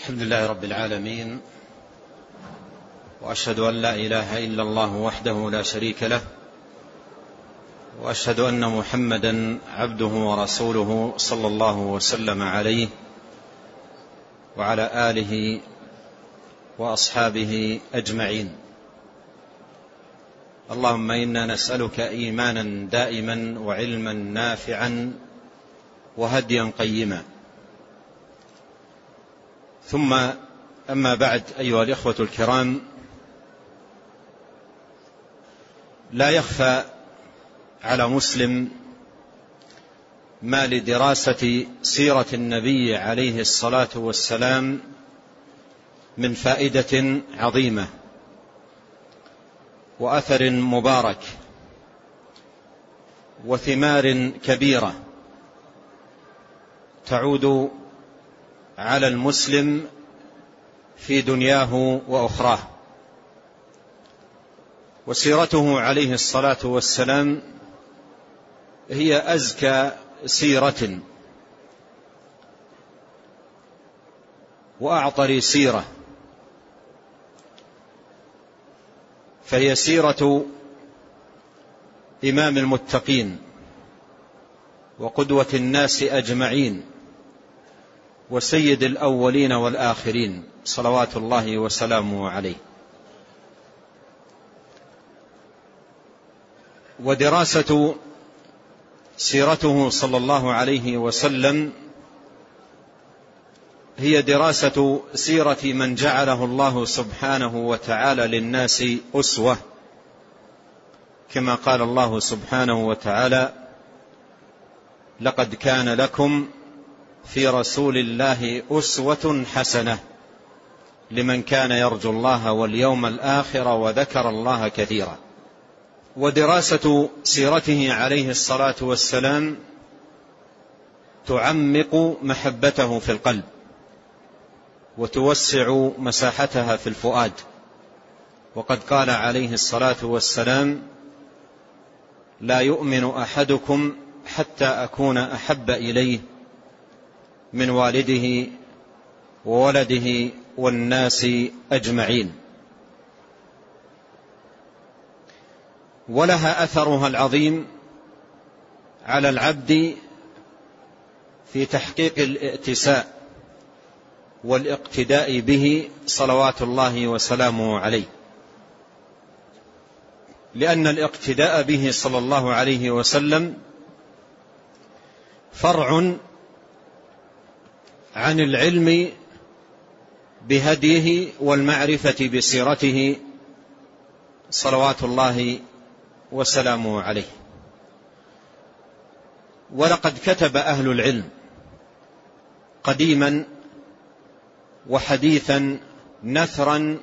الحمد لله رب العالمين، وأشهد أن لا إله إلا الله وحده لا شريك له، وأشهد أن محمدا عبده ورسوله صلى الله وسلم عليه وعلى آله وأصحابه أجمعين. اللهم إنا نسألك إيمانا دائما وعلما نافعا وهديا قيما. ثم أما بعد، أيها الإخوة الكرام، لا يخفى على مسلم ما لدراسة سيرة النبي عليه الصلاة والسلام من فائدة عظيمة وأثر مبارك وثمار كبيرة تعود على المسلم في دنياه وأخراه. وسيرته عليه الصلاة والسلام هي أزكى سيرة وأعطر سيرة، فهي سيرة إمام المتقين وقدوة الناس أجمعين وسيد الأولين والآخرين، صلوات الله وسلامه عليه. ودراسة سيرته صلى الله عليه وسلم هي دراسة سيرة من جعله الله سبحانه وتعالى للناس أسوة، كما قال الله سبحانه وتعالى: لقد كان لكم في رسول الله أسوة حسنة لمن كان يرجو الله واليوم الآخر وذكر الله كثيرا. ودراسة سيرته عليه الصلاة والسلام تعمق محبته في القلب وتوسع مساحتها في الفؤاد. وقد قال عليه الصلاة والسلام: لا يؤمن أحدكم حتى أكون أحب إليه من والده وولده والناس أجمعين. ولها أثرها العظيم على العبد في تحقيق الائتساء والاقتداء به صلوات الله وسلامه عليه، لأن الاقتداء به صلى الله عليه وسلم فرع عن العلم بهديه والمعرفة بسيرته صلوات الله وسلامه عليه. ولقد كتب أهل العلم قديما وحديثا نثرا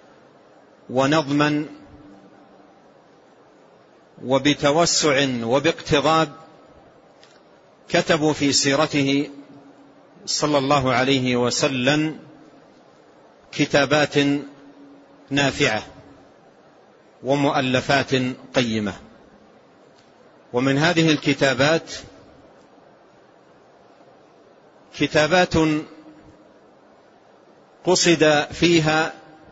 ونظما وبتوسع وباقتضاب، كتبوا في سيرته صلى الله عليه وسلم كتابات نافعة ومؤلفات قيمة. ومن هذه الكتابات كتابات قصد فيها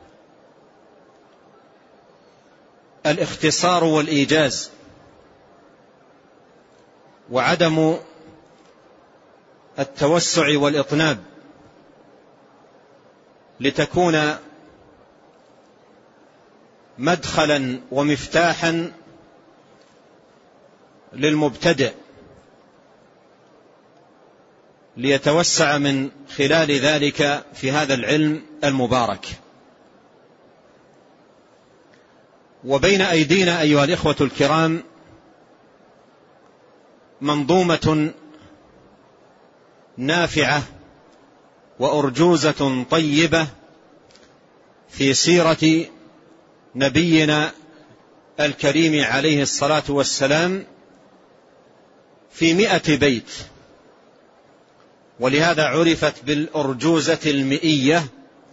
الاختصار والإيجاز وعدم التوسع والإطناب، لتكون مدخلا ومفتاحا للمبتدئ ليتوسع من خلال ذلك في هذا العلم المبارك. وبين أيدينا أيها الإخوة الكرام منظومة نافعة وأرجوزة طيبة في سيرة نبينا الكريم عليه الصلاة والسلام في 100 بيت، ولهذا عرفت بالأرجوزة المئية،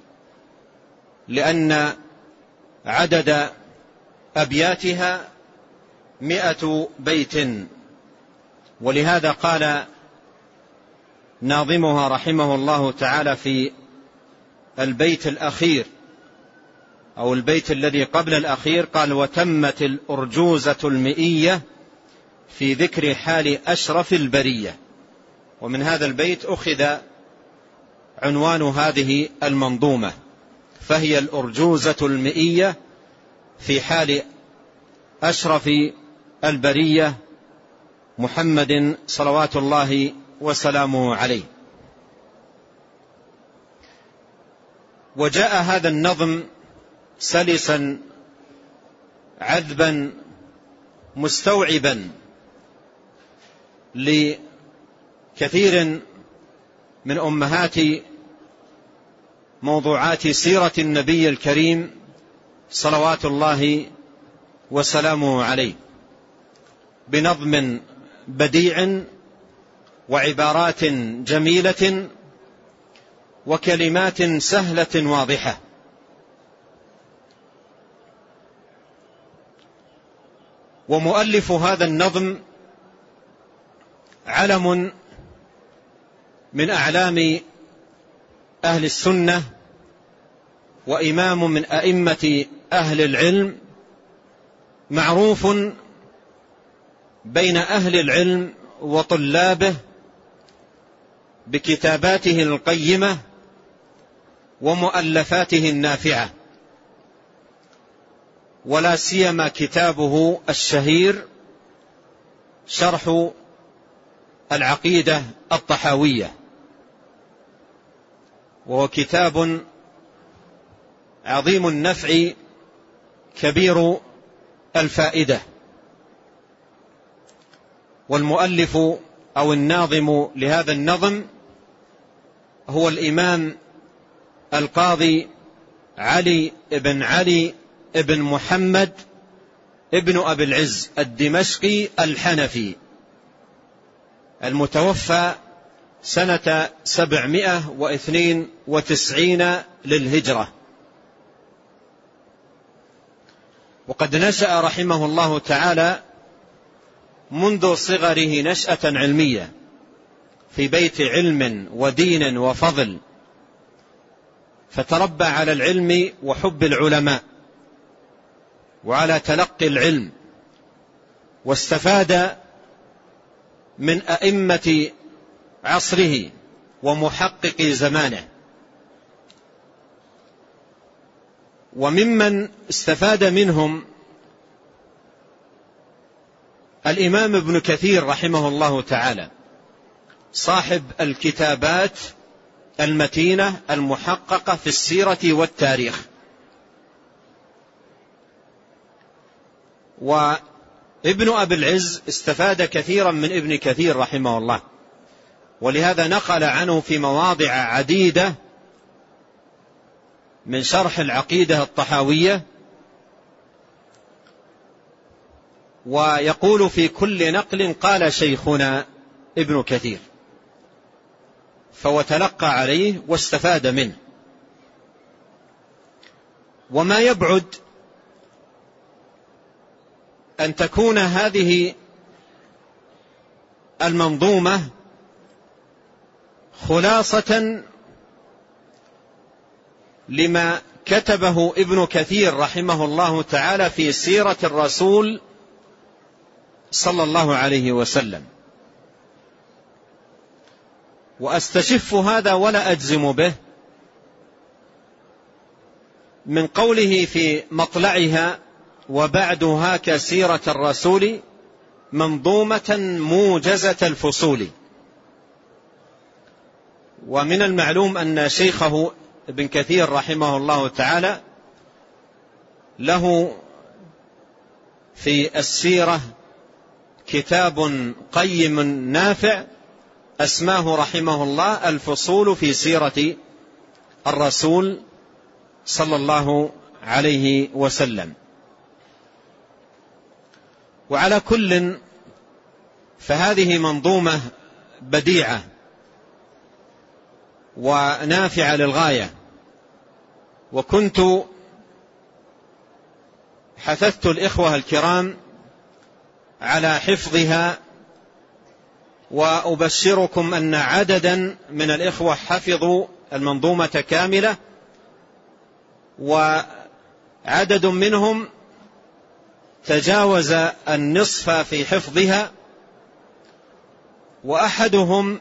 لأن عدد أبياتها 100 بيت. ولهذا قال ناظمها رحمه الله تعالى في البيت الأخير أو البيت الذي قبل الأخير قال: وتمت الأرجوزة المئية في ذكر حال أشرف البرية. ومن هذا البيت أخذ عنوان هذه المنظومة، فهي الأرجوزة المئية في حال أشرف البرية محمد صلوات الله وسلامه عليه. وجاء هذا النظم سلسا عذبا مستوعبا لكثير من أمهات موضوعات سيرة النبي الكريم صلوات الله وسلامه عليه، بنظم بديع وعبارات جميلة وكلمات سهلة واضحة. ومؤلف هذا النظم علم من أعلام أهل السنة، وإمام من أئمة أهل العلم، معروف بين أهل العلم وطلابه بكتاباته القيمة ومؤلفاته النافعة، ولا سيما كتابه الشهير شرح العقيدة الطحاوية، وهو كتاب عظيم النفع كبير الفائدة. والمؤلف أو الناظم لهذا النظم هو الإمام القاضي علي بن علي بن محمد ابن أبي العز الدمشقي الحنفي، المتوفى سنة 792 للهجرة. وقد نشأ رحمه الله تعالى منذ صغره نشأة علمية في بيت علم ودين وفضل، فتربى على العلم وحب العلماء وعلى تلقي العلم، واستفاد من أئمة عصره ومحقق زمانه. وممن استفاد منهم الإمام ابن كثير رحمه الله تعالى، صاحب الكتابات المتينة المحققة في السيرة والتاريخ. وابن أبي العز استفاد كثيرا من ابن كثير رحمه الله، ولهذا نقل عنه في مواضع عديدة من شرح العقيدة الطحاوية، ويقول في كل نقل قال شيخنا ابن كثير، فهو تلقى عليه واستفاد منه. وما يبعد أن تكون هذه المنظومة خلاصة لما كتبه ابن كثير رحمه الله تعالى في سيرة الرسول صلى الله عليه وسلم. وأستشف هذا ولا أجزم به من قوله في مطلعها: وبعدها كسيرة الرسول منظومة موجزة الفصول. ومن المعلوم أن شيخه ابن كثير رحمه الله تعالى له في السيرة كتاب قيم نافع أسماه رحمه الله الفصول في سيرة الرسول صلى الله عليه وسلم. وعلى كل فهذه منظومة بديعة ونافعة للغاية، وكنت حثثت الإخوة الكرام على حفظها، وأبشركم أن عددا من الإخوة حفظوا المنظومة كاملة وعدد منهم تجاوز النصف في حفظها، وأحدهم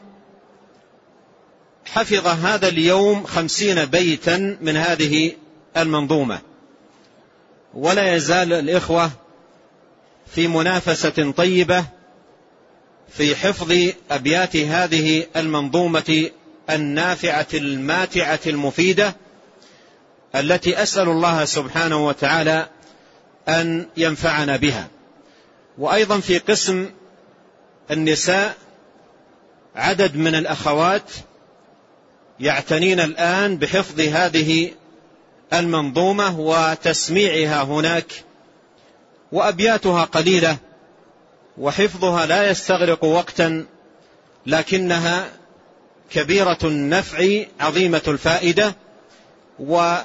حفظ هذا اليوم 50 بيتا من هذه المنظومة. ولا يزال الإخوة في منافسة طيبة في حفظ أبيات هذه المنظومة النافعة الماتعة المفيدة، التي أسأل الله سبحانه وتعالى أن ينفعنا بها. وأيضا في قسم النساء عدد من الأخوات يعتنين الآن بحفظ هذه المنظومة وتسميعها هناك، وأبياتها قليلة وحفظها لا يستغرق وقتا، لكنها كبيرة النفع عظيمة الفائدة. وكما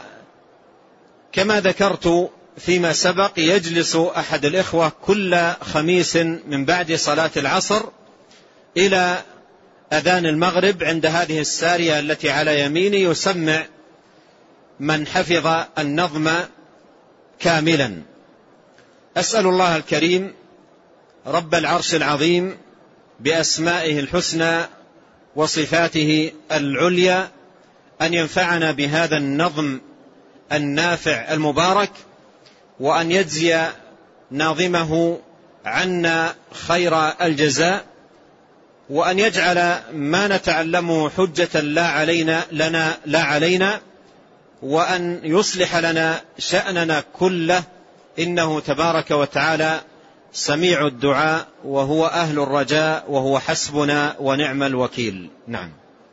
ذكرت فيما سبق، يجلس أحد الإخوة كل خميس من بعد صلاة العصر إلى أذان المغرب عند هذه السارية التي على يميني، يسمع من حفظ النظم كاملا. أسأل الله الكريم رب العرش العظيم بأسمائه الحسنى وصفاته العليا أن ينفعنا بهذا النظم النافع المبارك، وأن يجزي ناظمه عنا خير الجزاء، وأن يجعل ما نتعلمه حجة لا علينا، وأن يصلح لنا شأننا كله، إنه تبارك وتعالى سميع الدعاء وهو أهل الرجاء وهو حسبنا ونعم الوكيل. نعم.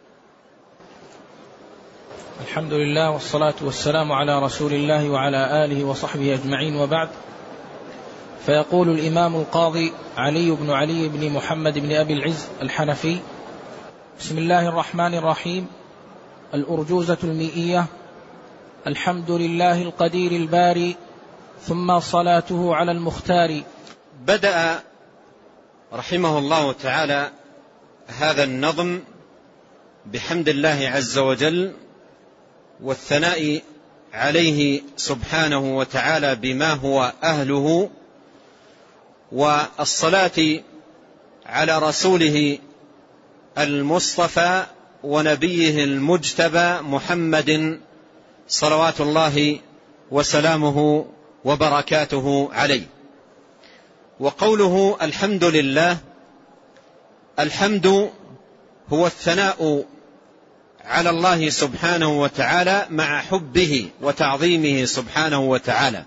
الحمد لله والصلاة والسلام على رسول الله وعلى آله وصحبه أجمعين، وبعد. فيقول الإمام القاضي علي بن علي بن محمد بن أبي العز الحنفي: بسم الله الرحمن الرحيم. الأرجوزة المئية. الحمد لله القدير الباري، ثم صلاته على المختار. بدأ رحمه الله تعالى هذا النظم بحمد الله عز وجل والثناء عليه سبحانه وتعالى بما هو أهله، والصلاة على رسوله المصطفى ونبيه المجتبى محمد صلوات الله وسلامه وبركاته عليه. وقوله الحمد لله، الحمد هو الثناء على الله سبحانه وتعالى مع حبه وتعظيمه سبحانه وتعالى،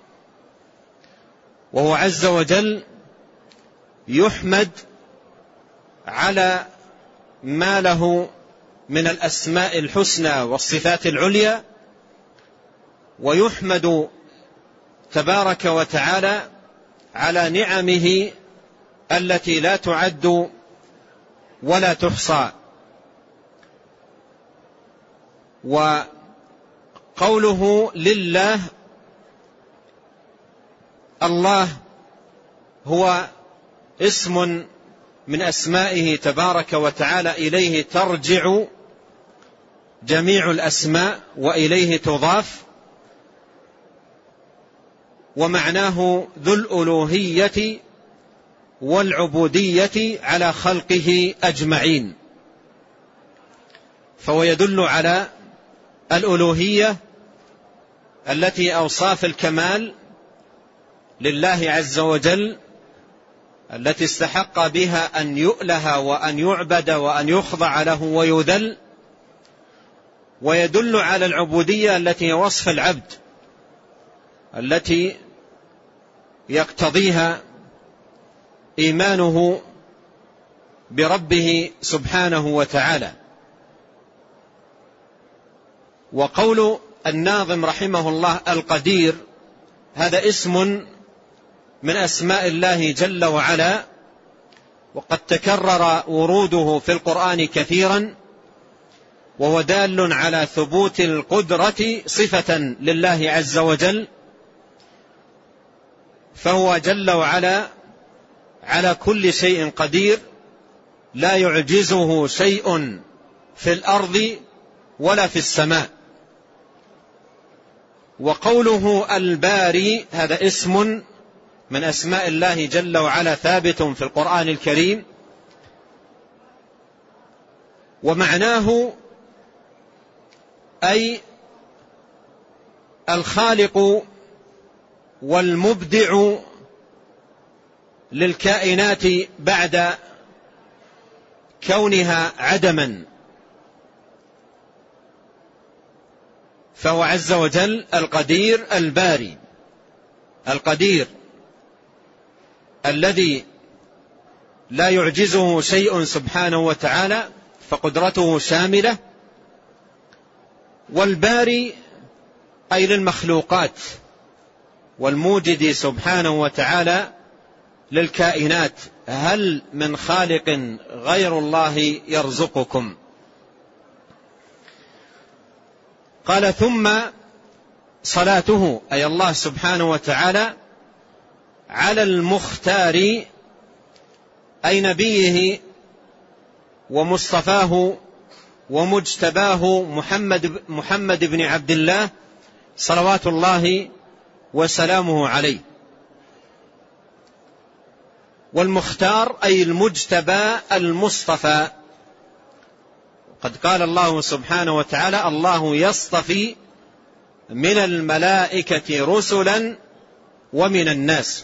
وهو عز وجل يحمد على ما له من الأسماء الحسنى والصفات العليا، ويحمد تبارك وتعالى على نعمه التي لا تعد ولا تحصى. وقوله لله، الله هو اسم من أسمائه تبارك وتعالى، إليه ترجع جميع الأسماء وإليه تضاف، ومعناه ذو الألوهية والعبودية على خلقه أجمعين، فهو يدل على الألوهية التي أوصاف الكمال لله عز وجل التي استحق بها أن يؤله وأن يعبد وأن يخضع له ويذل، ويدل على العبودية التي هي وصف العبد التي يقتضيها إيمانه بربه سبحانه وتعالى. وقول الناظم رحمه الله القدير، هذا اسم من أسماء الله جل وعلا، وقد تكرر وروده في القرآن كثيرا، وهو دال على ثبوت القدرة صفة لله عز وجل، فهو جل وعلا على كل شيء قدير، لا يعجزه شيء في الأرض ولا في السماء. وقوله الباري هذا اسم من أسماء الله جل وعلا ثابت في القرآن الكريم، ومعناه أي الخالق والمبدع للكائنات بعد كونها عدما، فهو عز وجل القدير الباري، القدير الذي لا يعجزه شيء سبحانه وتعالى، فقدرته شاملة. والباري أي للمخلوقات، والموجد سبحانه وتعالى للكائنات. هل من خالق غير الله يرزقكم؟ قال ثم صلاته أي الله سبحانه وتعالى على المختار أي نبيه ومصطفاه ومجتباه محمد بن عبد الله صلوات الله وسلامه عليه. والمختار أي المجتبى المصطفى. قد قال الله سبحانه وتعالى الله يصطفي من الملائكة رسلا ومن الناس،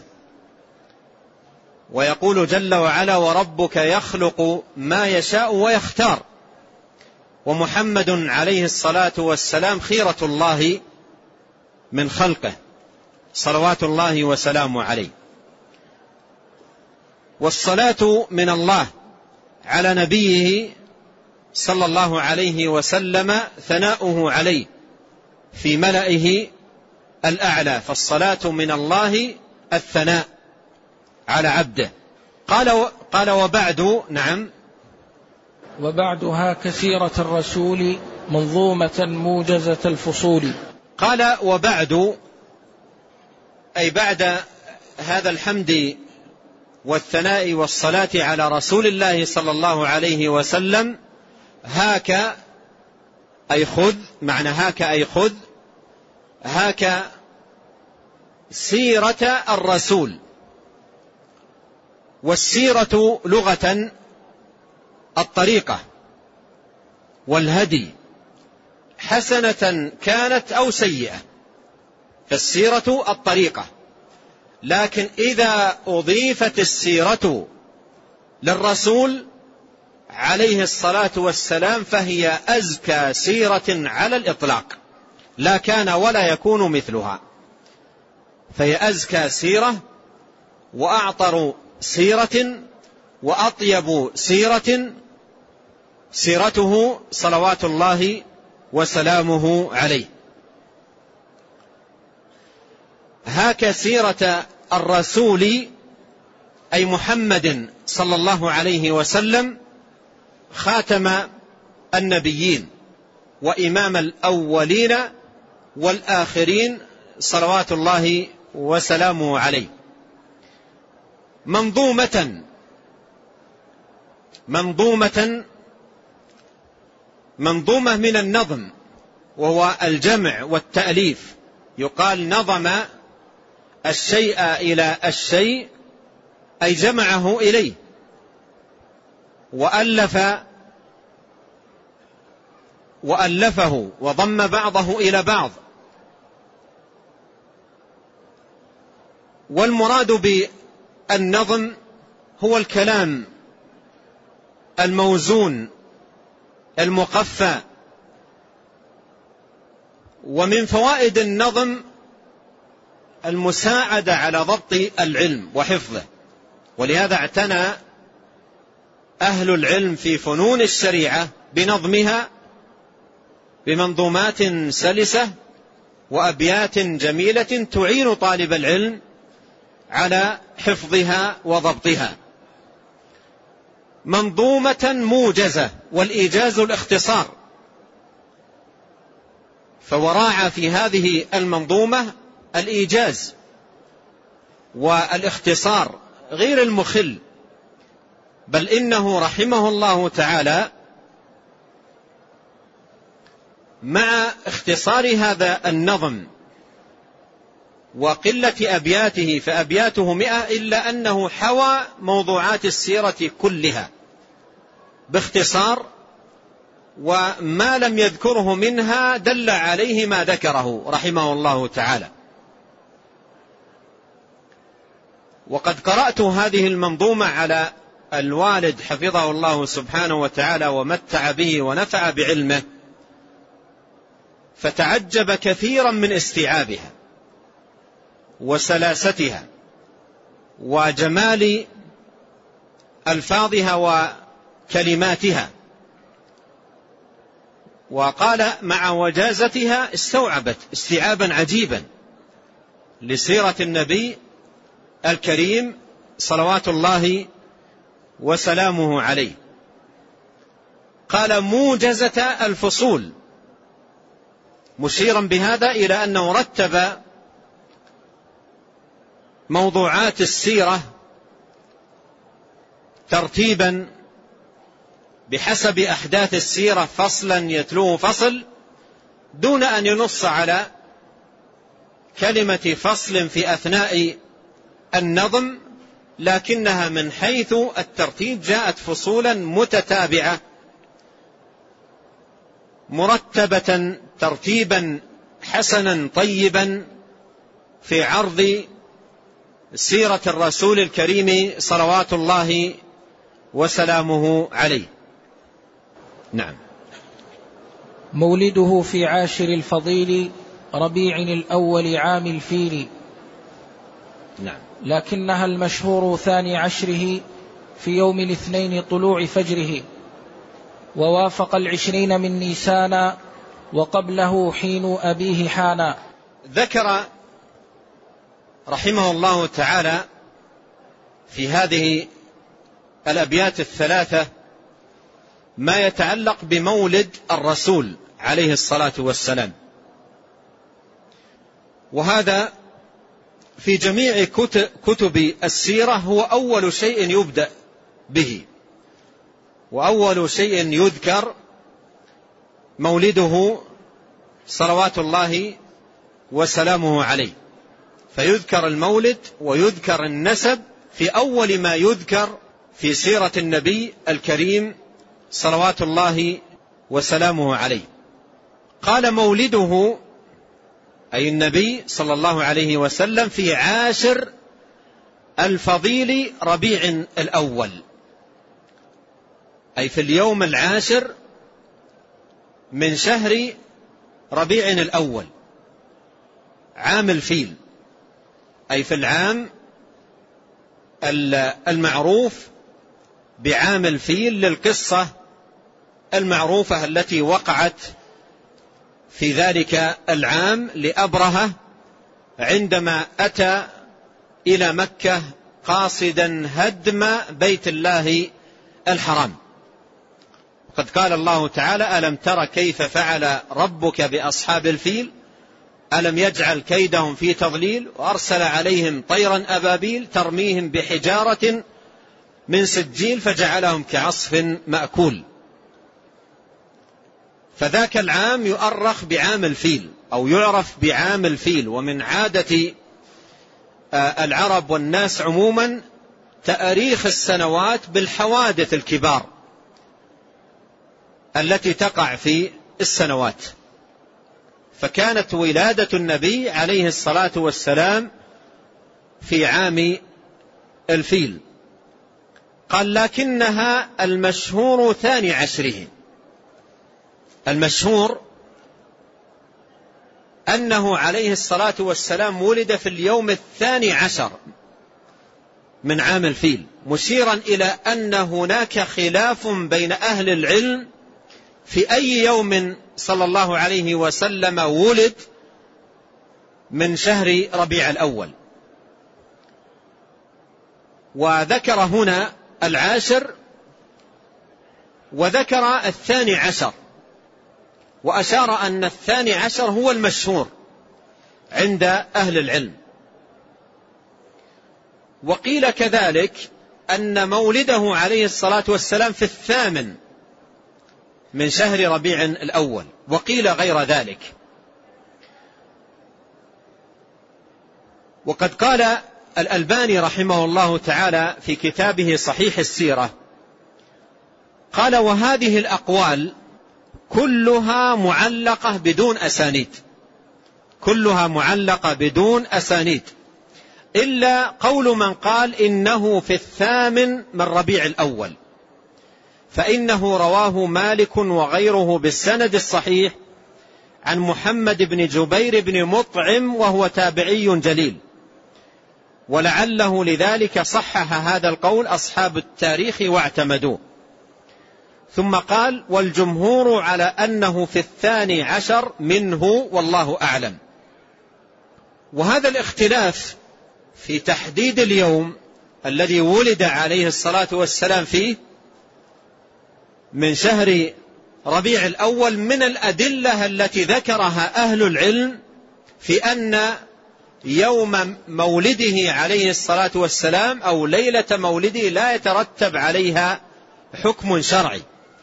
ويقول جل وعلا وربك يخلق ما يشاء ويختار، ومحمد عليه الصلاة والسلام خيرة الله من خلقه صلوات الله وسلامه عليه. والصلاة من الله على نبيه صلى الله عليه وسلم ثناؤه عليه في ملئه الأعلى، فالصلاة من الله الثناء على عبده. قال وبعد. نعم. وبعدها كثيرة الرسول منظومة موجزة الفصول. قال وبعد أي بعد هذا الحمد والثناء والصلاة على رسول الله صلى الله عليه وسلم، هاك أي خذ، معنى هاك أي خذ، هاك سيرة الرسول. والسيرة لغة الطريقة والهدي، حسنة كانت أو سيئة، فالسيرة الطريقة. لكن إذا أضيفت السيرة للرسول عليه الصلاة والسلام فهي أزكى سيرة على الإطلاق، لا كان ولا يكون مثلها، فهي أزكى سيرة وأعطر سيرة وأطيب سيرة سيرته صلوات الله وسلامه عليه. هاك سيرة الرسول أي محمد صلى الله عليه وسلم خاتم النبيين وإمام الأولين والآخرين صلوات الله وسلامه عليه. منظومة من النظم، وهو الجمع والتأليف. يقال نظم الشيء إلى الشيء أي جمعه إليه، وألفه وضم بعضه إلى بعض. والمراد بالنظم هو الكلام الموزون المقفى. ومن فوائد النظم المساعدة على ضبط العلم وحفظه، ولهذا اعتنى أهل العلم في فنون الشريعة بنظمها بمنظومات سلسة وأبيات جميلة تعين طالب العلم على حفظها وضبطها. منظومة موجزة، والإيجاز الاختصار، فوراعى في هذه المنظومة الإيجاز والاختصار غير المخل، بل إنه رحمه الله تعالى مع اختصار هذا النظم وقلة أبياته فأبياته 100، إلا أنه حوى موضوعات السيرة كلها باختصار، وما لم يذكره منها دل عليه ما ذكره رحمه الله تعالى. وقد قرأت هذه المنظومة على الوالد حفظه الله سبحانه وتعالى ومتع به ونفع بعلمه، فتعجب كثيرا من استيعابها وسلاستها وجمال ألفاظها وكلماتها، وقال مع وجازتها استوعبت استيعابا عجيبا لسيرة النبي الكريم صلوات الله وسلامه عليه. قال موجزة الفصول، مشيرا بهذا إلى أنه رتب موضوعات السيرة ترتيبا بحسب أحداث السيرة، فصلا يتلوه فصل، دون أن ينص على كلمة فصل في أثناء النظم، لكنها من حيث الترتيب جاءت فصولا متتابعة مرتبة ترتيبا حسنا طيبا في عرض سيرة الرسول الكريم صلوات الله وسلامه عليه. نعم. مولده في عاشر الفضيل ربيع الأول عام الفيل. نعم. لكنها المشهور 12 في يوم الاثنين طلوع فجره، ووافق 20 من نيسان، وقبله حين أبيه حانا. ذكر رحمه الله تعالى في هذه الأبيات الثلاثة ما يتعلق بمولد الرسول عليه الصلاة والسلام، وهذا في جميع كتب السيرة هو أول شيء يبدأ به، وأول شيء يذكر مولده صلوات الله وسلامه عليه، فيذكر المولد ويذكر النسب في أول ما يذكر في سيرة النبي الكريم صلوات الله وسلامه عليه. قال مولده أي النبي صلى الله عليه وسلم في عاشر الفضيل ربيع الأول، أي في اليوم العاشر من شهر ربيع الأول عام الفيل، أي في العام المعروف بعام الفيل للقصة المعروفة التي وقعت في ذلك العام لأبرهة عندما أتى إلى مكة قاصدا هدم بيت الله الحرام. قد قال الله تعالى: ألم تر كيف فعل ربك بأصحاب الفيل ألم يجعل كيدهم في تضليل وأرسل عليهم طيرا أبابيل ترميهم بحجارة من سجيل فجعلهم كعصف مأكول. فذاك العام يؤرخ بعام الفيل أو يعرف بعام الفيل. ومن عادة العرب والناس عموما تأريخ السنوات بالحوادث الكبار التي تقع في السنوات، فكانت ولادة النبي عليه الصلاة والسلام في عام الفيل. قال: لكنها المشهور 12. المشهور أنه عليه الصلاة والسلام ولد في اليوم 12 من عام الفيل، مشيرا إلى أن هناك خلاف بين أهل العلم في أي يوم صلى الله عليه وسلم ولد من شهر ربيع الأول. وذكر هنا 10 وذكر 12، وأشار أن 12 هو المشهور عند أهل العلم. وقيل كذلك أن مولده عليه الصلاة والسلام في 8 من شهر ربيع الأول، وقيل غير ذلك. وقد قال الألباني رحمه الله تعالى في كتابه صحيح السيرة، قال: وهذه الأقوال كلها معلقة بدون أسانيد، كلها معلقة بدون أسانيد، إلا قول من قال إنه في 8 من ربيع الأول، فإنه رواه مالك وغيره بالسند الصحيح عن محمد بن جبير بن مطعم وهو تابعي جليل، ولعله لذلك صحح هذا القول أصحاب التاريخ واعتمدوه. ثم قال: والجمهور على أنه في 12 منه والله أعلم. وهذا الاختلاف في تحديد اليوم الذي ولد عليه الصلاة والسلام فيه من شهر ربيع الأول من الأدلة التي ذكرها أهل العلم في أن يوم مولده عليه الصلاة والسلام أو ليلة مولده لا يترتب عليها حكم شرعي،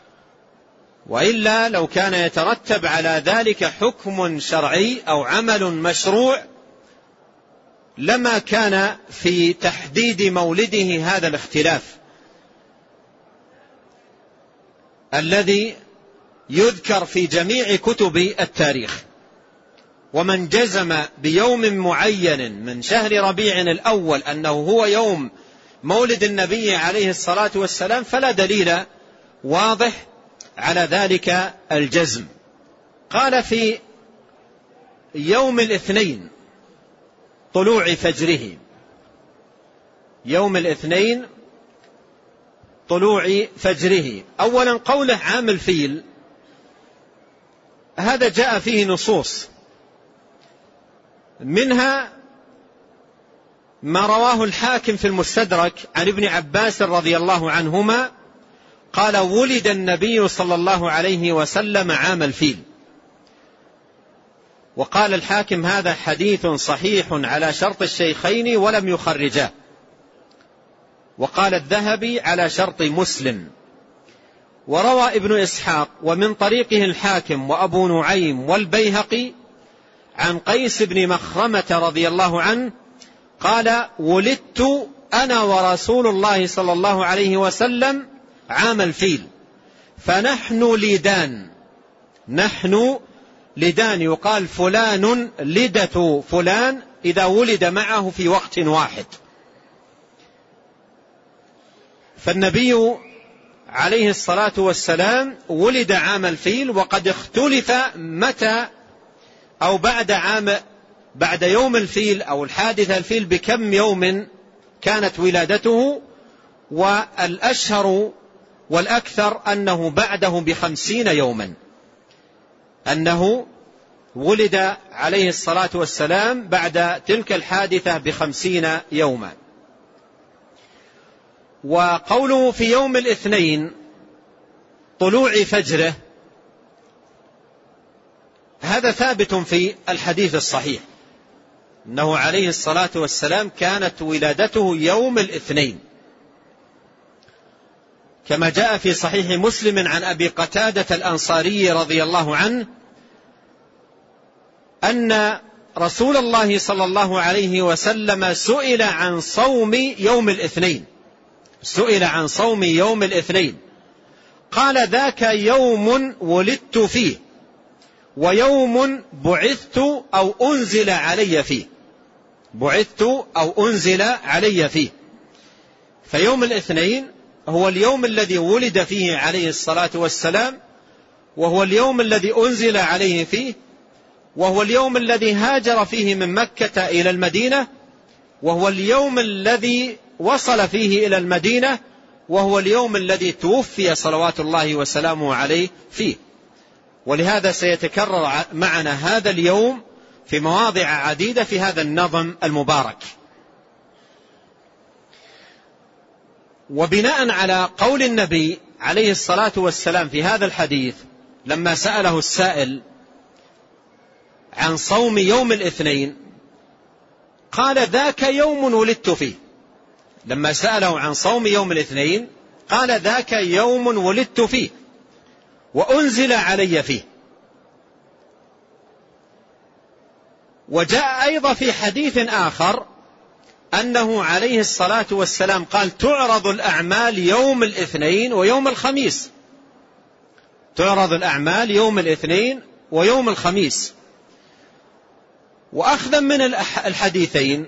وإلا لو كان يترتب على ذلك حكم شرعي أو عمل مشروع لما كان في تحديد مولده هذا الاختلاف الذي يذكر في جميع كتب التاريخ. ومن جزم بيوم معين من شهر ربيع الأول أنه هو يوم مولد النبي عليه الصلاة والسلام فلا دليل واضح على ذلك الجزم. قال: في يوم الاثنين طلوع فجره، يوم الاثنين طلوع فجره. أولا قوله عام الفيل هذا جاء فيه نصوص، منها ما رواه الحاكم في المستدرك عن ابن عباس رضي الله عنهما قال: ولد النبي صلى الله عليه وسلم عام الفيل. وقال الحاكم: هذا حديث صحيح على شرط الشيخين ولم يخرجاه. وقال الذهبي: على شرط مسلم. وروى ابن إسحاق ومن طريقه الحاكم وأبو نعيم والبيهقي عن قيس بن مخرمة رضي الله عنه قال: ولدت أنا ورسول الله صلى الله عليه وسلم عام الفيل، فنحن لدان، نحن لدان، يقال فلان لدة فلان إذا ولد معه في وقت واحد. فالنبي عليه الصلاة والسلام ولد عام الفيل، وقد اختلف متى أو بعد يوم الفيل أو الحادثة الفيل بكم يوم كانت ولادته، والأشهر والأكثر أنه بعده ب50 يوما، أنه ولد عليه الصلاة والسلام بعد تلك الحادثة ب50 يوما. وقوله في يوم الاثنين طلوع فجره هذا ثابت في الحديث الصحيح، أنه عليه الصلاة والسلام كانت ولادته يوم الاثنين، كما جاء في صحيح مسلم عن أبي قتادة الأنصاري رضي الله عنه أن رسول الله صلى الله عليه وسلم سئل عن صوم يوم الاثنين، سئل عن صوم يوم الاثنين قال: ذاك يوم ولدت فيه ويوم بعثت أو أنزل علي فيه، بعثت أو أنزل علي فيه. فيوم الاثنين هو اليوم الذي ولد فيه عليه الصلاة والسلام، وهو اليوم الذي أنزل عليه فيه، وهو اليوم الذي هاجر فيه من مكة إلى المدينة، وهو اليوم الذي وصل فيه إلى المدينة، وهو اليوم الذي توفي صلوات الله وسلامه عليه فيه. ولهذا سيتكرر معنا هذا اليوم في مواضع عديدة في هذا النظم المبارك. وبناء على قول النبي عليه الصلاة والسلام في هذا الحديث لما سأله السائل عن صوم يوم الاثنين قال: ذاك يوم ولدت فيه. لما سأله عن صوم يوم الاثنين قال: ذاك يوم ولدت فيه وأنزل علي فيه. وجاء أيضا في حديث آخر أنه عليه الصلاة والسلام قال تعرض الأعمال يوم الاثنين ويوم الخميس، تعرض الأعمال يوم الاثنين ويوم الخميس. وأخذا من الحديثين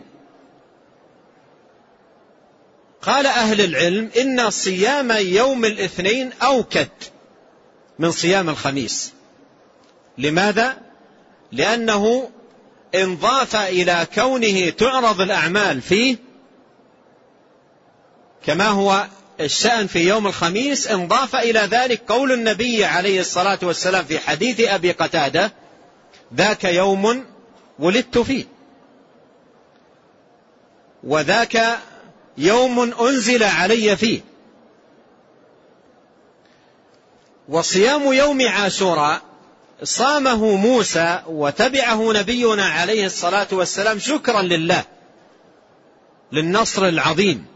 قال أهل العلم إن صيام يوم الاثنين أوكد من صيام الخميس. لماذا؟ لأنه انضاف إلى كونه تعرض الأعمال فيه كما هو الشأن في يوم الخميس، انضاف إلى ذلك قول النبي عليه الصلاة والسلام في حديث أبي قتادة ذاك يوم ولدت فيه، وذاك يوم أنزل علي فيه. وصيام يوم عاشوراء صامه موسى وتبعه نبينا عليه الصلاة والسلام شكرا لله للنصر العظيم،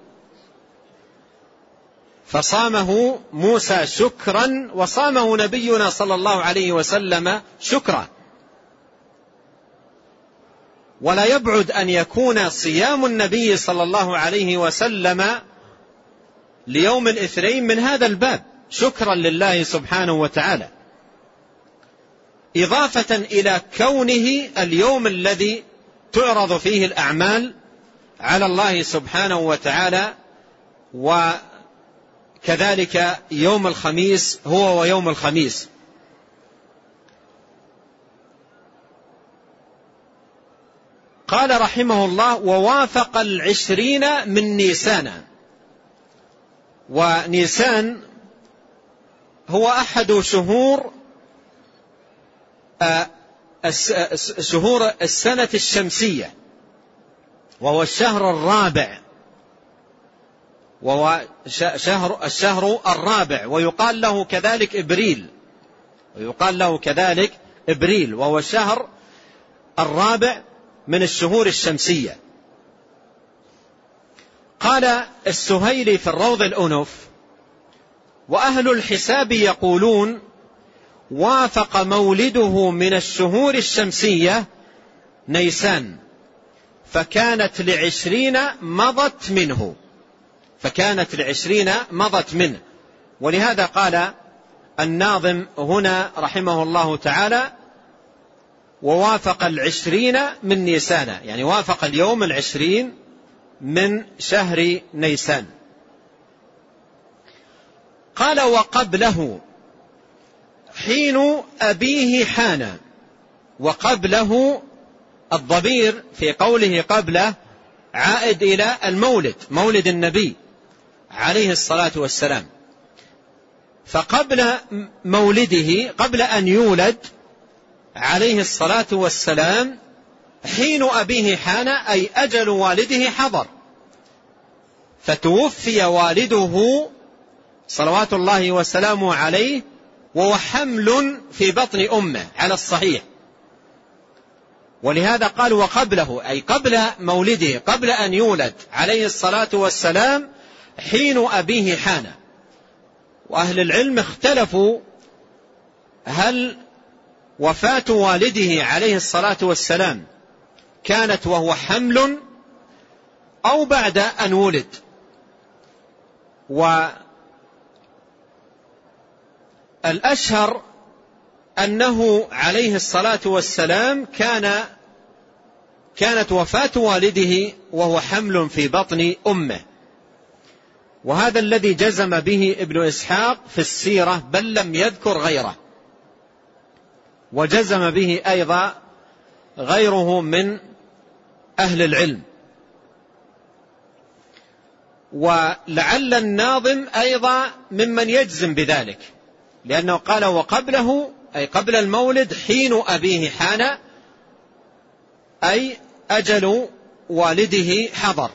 فصامه موسى شكرا وصامه نبينا صلى الله عليه وسلم شكرا. ولا يبعد أن يكون صيام النبي صلى الله عليه وسلم ليوم الاثنين من هذا الباب شكرا لله سبحانه وتعالى، إضافة إلى كونه اليوم الذي تعرض فيه الأعمال على الله سبحانه وتعالى، وكذلك يوم الخميس هو ويوم الخميس. قال رحمه الله ووافق 20 من نيسان. ونيسان هو أحد شهور السنة الشمسية، وهو الشهر الرابع، وهو الشهر الرابع، ويقال له كذلك إبريل، وهو الشهر الرابع من الشهور الشمسية. قال السهيلي في الروض الأنف وأهل الحساب يقولون وافق مولده من الشهور الشمسية نيسان، فكانت ل20 مضت منه. ولهذا قال الناظم هنا رحمه الله تعالى ووافق 20 من نيسان، يعني وافق اليوم 20 من شهر نيسان. قال وقبله حين أبيه حان. وقبله الضمير في قوله قبله عائد إلى المولد، مولد النبي عليه الصلاة والسلام. فقبل مولده، قبل أن يولد عليه الصلاة والسلام، حين أبيه حان أي أجل والده حضر، فتوفي والده صلوات الله وسلامه عليه وهو حمل في بطن أمه على الصحيح. ولهذا قال وقبله أي قبل مولده، قبل أن يولد عليه الصلاة والسلام، حين أبيه حان. وأهل العلم اختلفوا هل وفاة والده عليه الصلاة والسلام كانت وهو حمل أو بعد أن ولد. والأشهر أنه عليه الصلاة والسلام كانت وفاة والده وهو حمل في بطن أمه، وهذا الذي جزم به ابن إسحاق في السيرة بل لم يذكر غيره، وجزم به أيضا غيره من أهل العلم. ولعل الناظم أيضا ممن يجزم بذلك، لأنه قال وقبله أي قبل المولد حين أبيه حان أي أجل والده حضر.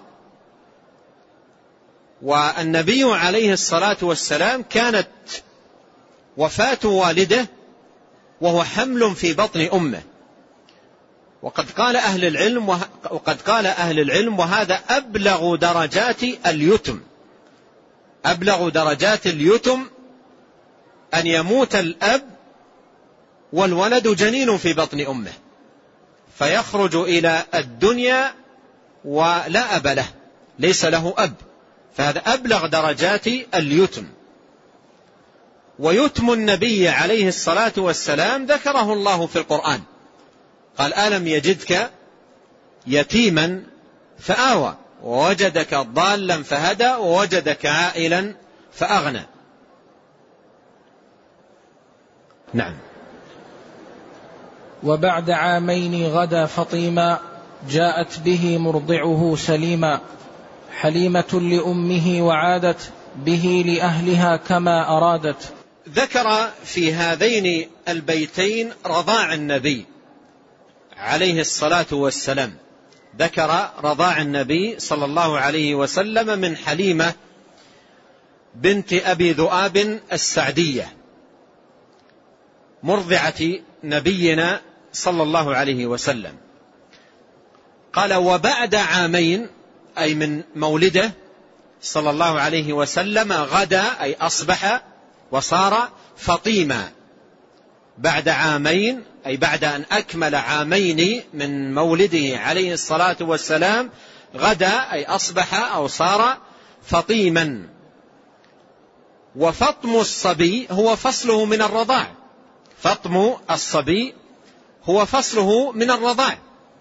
والنبي عليه الصلاة والسلام كانت وفاة والده وهو حمل في بطن أمه. وقد قال أهل العلم وهذا أبلغ درجات اليتم، أبلغ درجات اليتم أن يموت الأب والولد جنين في بطن أمه، فيخرج إلى الدنيا ولا أب له، ليس له أب، فهذا أبلغ درجات اليتم. ويتم النبي عليه الصلاة والسلام ذكره الله في القرآن، قال ألم يجدك يتيما فآوى ووجدك ضالا فهدى ووجدك عائلا فأغنى. نعم. وبعد عامين غدا فطيما جاءت به مرضعه سليما، حليمة لأمه وعادت به لأهلها كما أرادت. ذكر في هذين البيتين رضاع النبي عليه الصلاة والسلام، ذكر رضاع النبي صلى الله عليه وسلم من حليمة بنت أبي ذؤاب السعدية مرضعة نبينا صلى الله عليه وسلم. قال وبعد عامين أي من مولده صلى الله عليه وسلم غدا أي أصبح وصار فطيما. بعد عامين أي بعد أن أكمل عامين من مولده عليه الصلاة والسلام غدا أي أصبح أو صار فطيما. وفطم الصبي هو فصله من الرضاع، فطم الصبي هو فصله من الرضاع.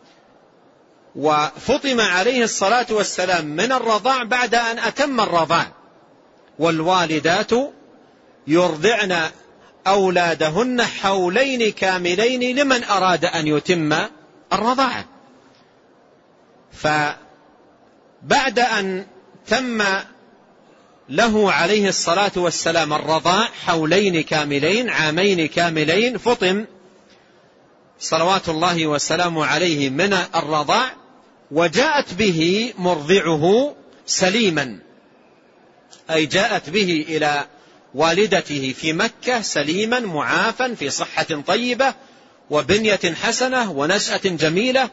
وفطم عليه الصلاة والسلام من الرضاع بعد أن أتم الرضاع. والوالدات يرضعن أولادهن حولين كاملين لمن أراد أن يتم الرضاعة. فبعد أن تم له عليه الصلاة والسلام الرضاع حولين كاملين عامين كاملين فطم صلوات الله وسلامه عليه من الرضاع، وجاءت به مرضعه سليما أي جاءت به إلى والدته في مكة سليما معافا في صحة طيبة وبنية حسنة ونشأة جميلة.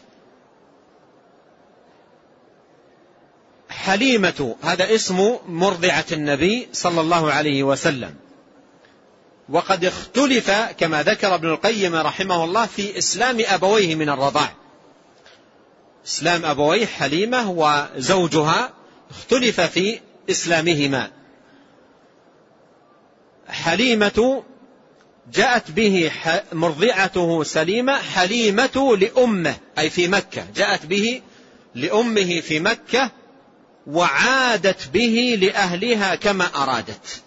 حليمة هذا اسم مرضعة النبي صلى الله عليه وسلم. وقد اختلف كما ذكر ابن القيم رحمه الله في إسلام أبويه من الرضاع. إسلام أبويه حليمة وزوجها اختلف في إسلامهما. حليمة جاءت به مرضعته سليمة حليمة لأمه أي في مكة، جاءت به لأمه في مكة وعادت به لأهلها كما أرادت،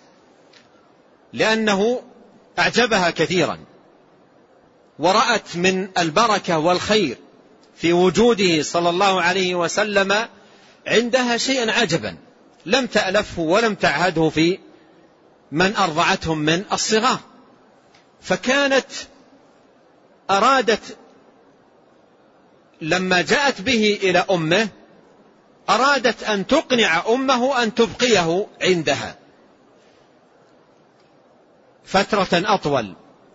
لأنه أعجبها كثيرا ورأت من البركة والخير في وجوده صلى الله عليه وسلم عندها شيئا عجبا لم تألفه ولم تعهده في من أرضعتهم من الصغار. فكانت أرادت لما جاءت به إلى أمه أرادت أن تقنع أمه أن تبقيه عندها فترة أطول،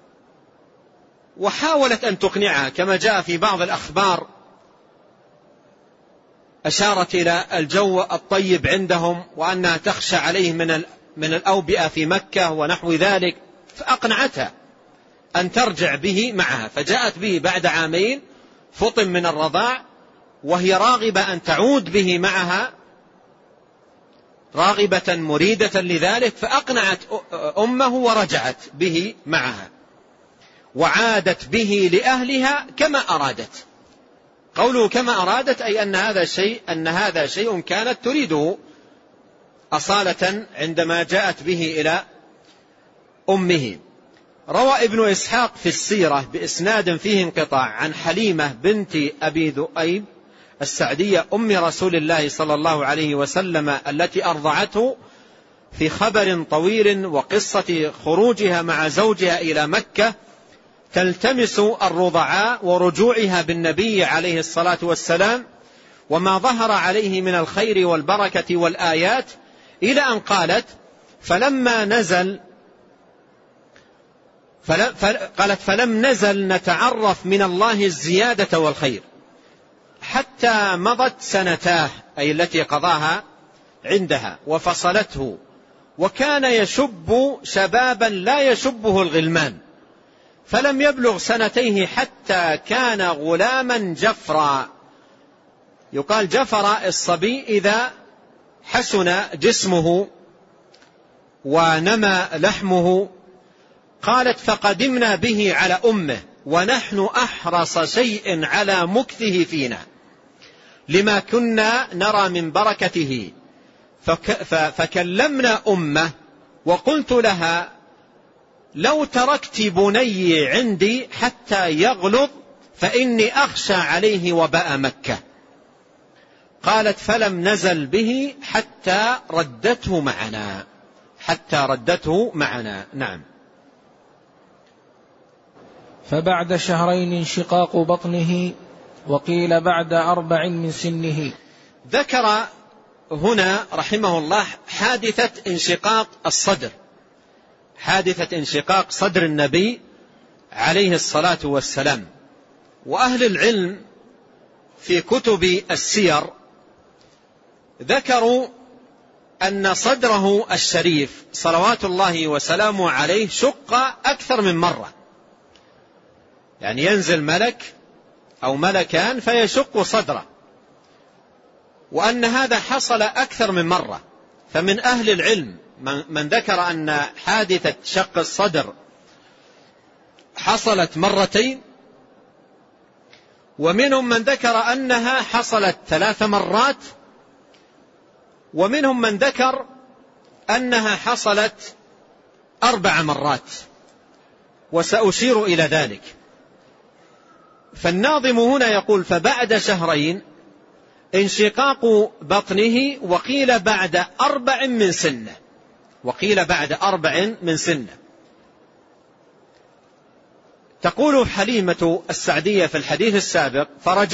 وحاولت أن تقنعها كما جاء في بعض الأخبار أشارت إلى الجو الطيب عندهم وأنها تخشى عليه من الأوبئة في مكة ونحو ذلك، فأقنعتها أن ترجع به معها. فجاءت به بعد عامين فطم من الرضاع وهي راغبة أن تعود به معها، راغبة مريدة لذلك، فأقنعت أمه ورجعت به معها وعادت به لأهلها كما أرادت. قوله كما أرادت أي أن هذا شيء كانت تريده أصالة عندما جاءت به إلى أمه. روى ابن إسحاق في السيرة بإسناد فيه انقطاع عن حليمة بنت أبي ذؤيب السعدية أم رسول الله صلى الله عليه وسلم التي أرضعته في خبر طويل وقصة خروجها مع زوجها إلى مكة تلتمس الرضعاء ورجوعها بالنبي عليه الصلاة والسلام وما ظهر عليه من الخير والبركة والآيات، إلى أن قالت فلم نزل نتعرف من الله الزيادة والخير حتى مضت سنتاه أي التي قضاها عندها وفصلته، وكان يشب شبابا لا يشبه الغلمان، فلم يبلغ سنتيه حتى كان غلاما جفرا، يقال جفر الصبي إذا حسن جسمه ونمى لحمه. قالت فقدمنا به على أمه ونحن أحرص شيء على مكثه فينا لما كنا نرى من بركته، فكلمنا أمه وقلت لها لو تركت بني عندي حتى يغلظ فإني أخشى عليه وباء مكة. قالت فلم نزل به حتى ردته معنا. نعم. فبعد شهرين انشقاق بطنه، وقيل بعد 4 من سنه. ذكر هنا رحمه الله حادثة انشقاق صدر النبي عليه الصلاة والسلام. وأهل العلم في كتب السير ذكروا أن صدره الشريف صلوات الله وسلامه عليه شق أكثر من مرة، يعني ينزل ملك أو ملكان فيشق صدره، وأن هذا حصل أكثر من مرة. فمن أهل العلم من ذكر أن حادثة شق الصدر حصلت 2 مرتين، ومنهم من ذكر أنها حصلت 3 مرات، ومنهم من ذكر أنها حصلت 4 مرات، وسأشير إلى ذلك. فالناظم هنا يقول فبعد شهرين انشقاق بطنه، وقيل بعد 4 من سنة. تقول حليمة السعدية في الحديث السابق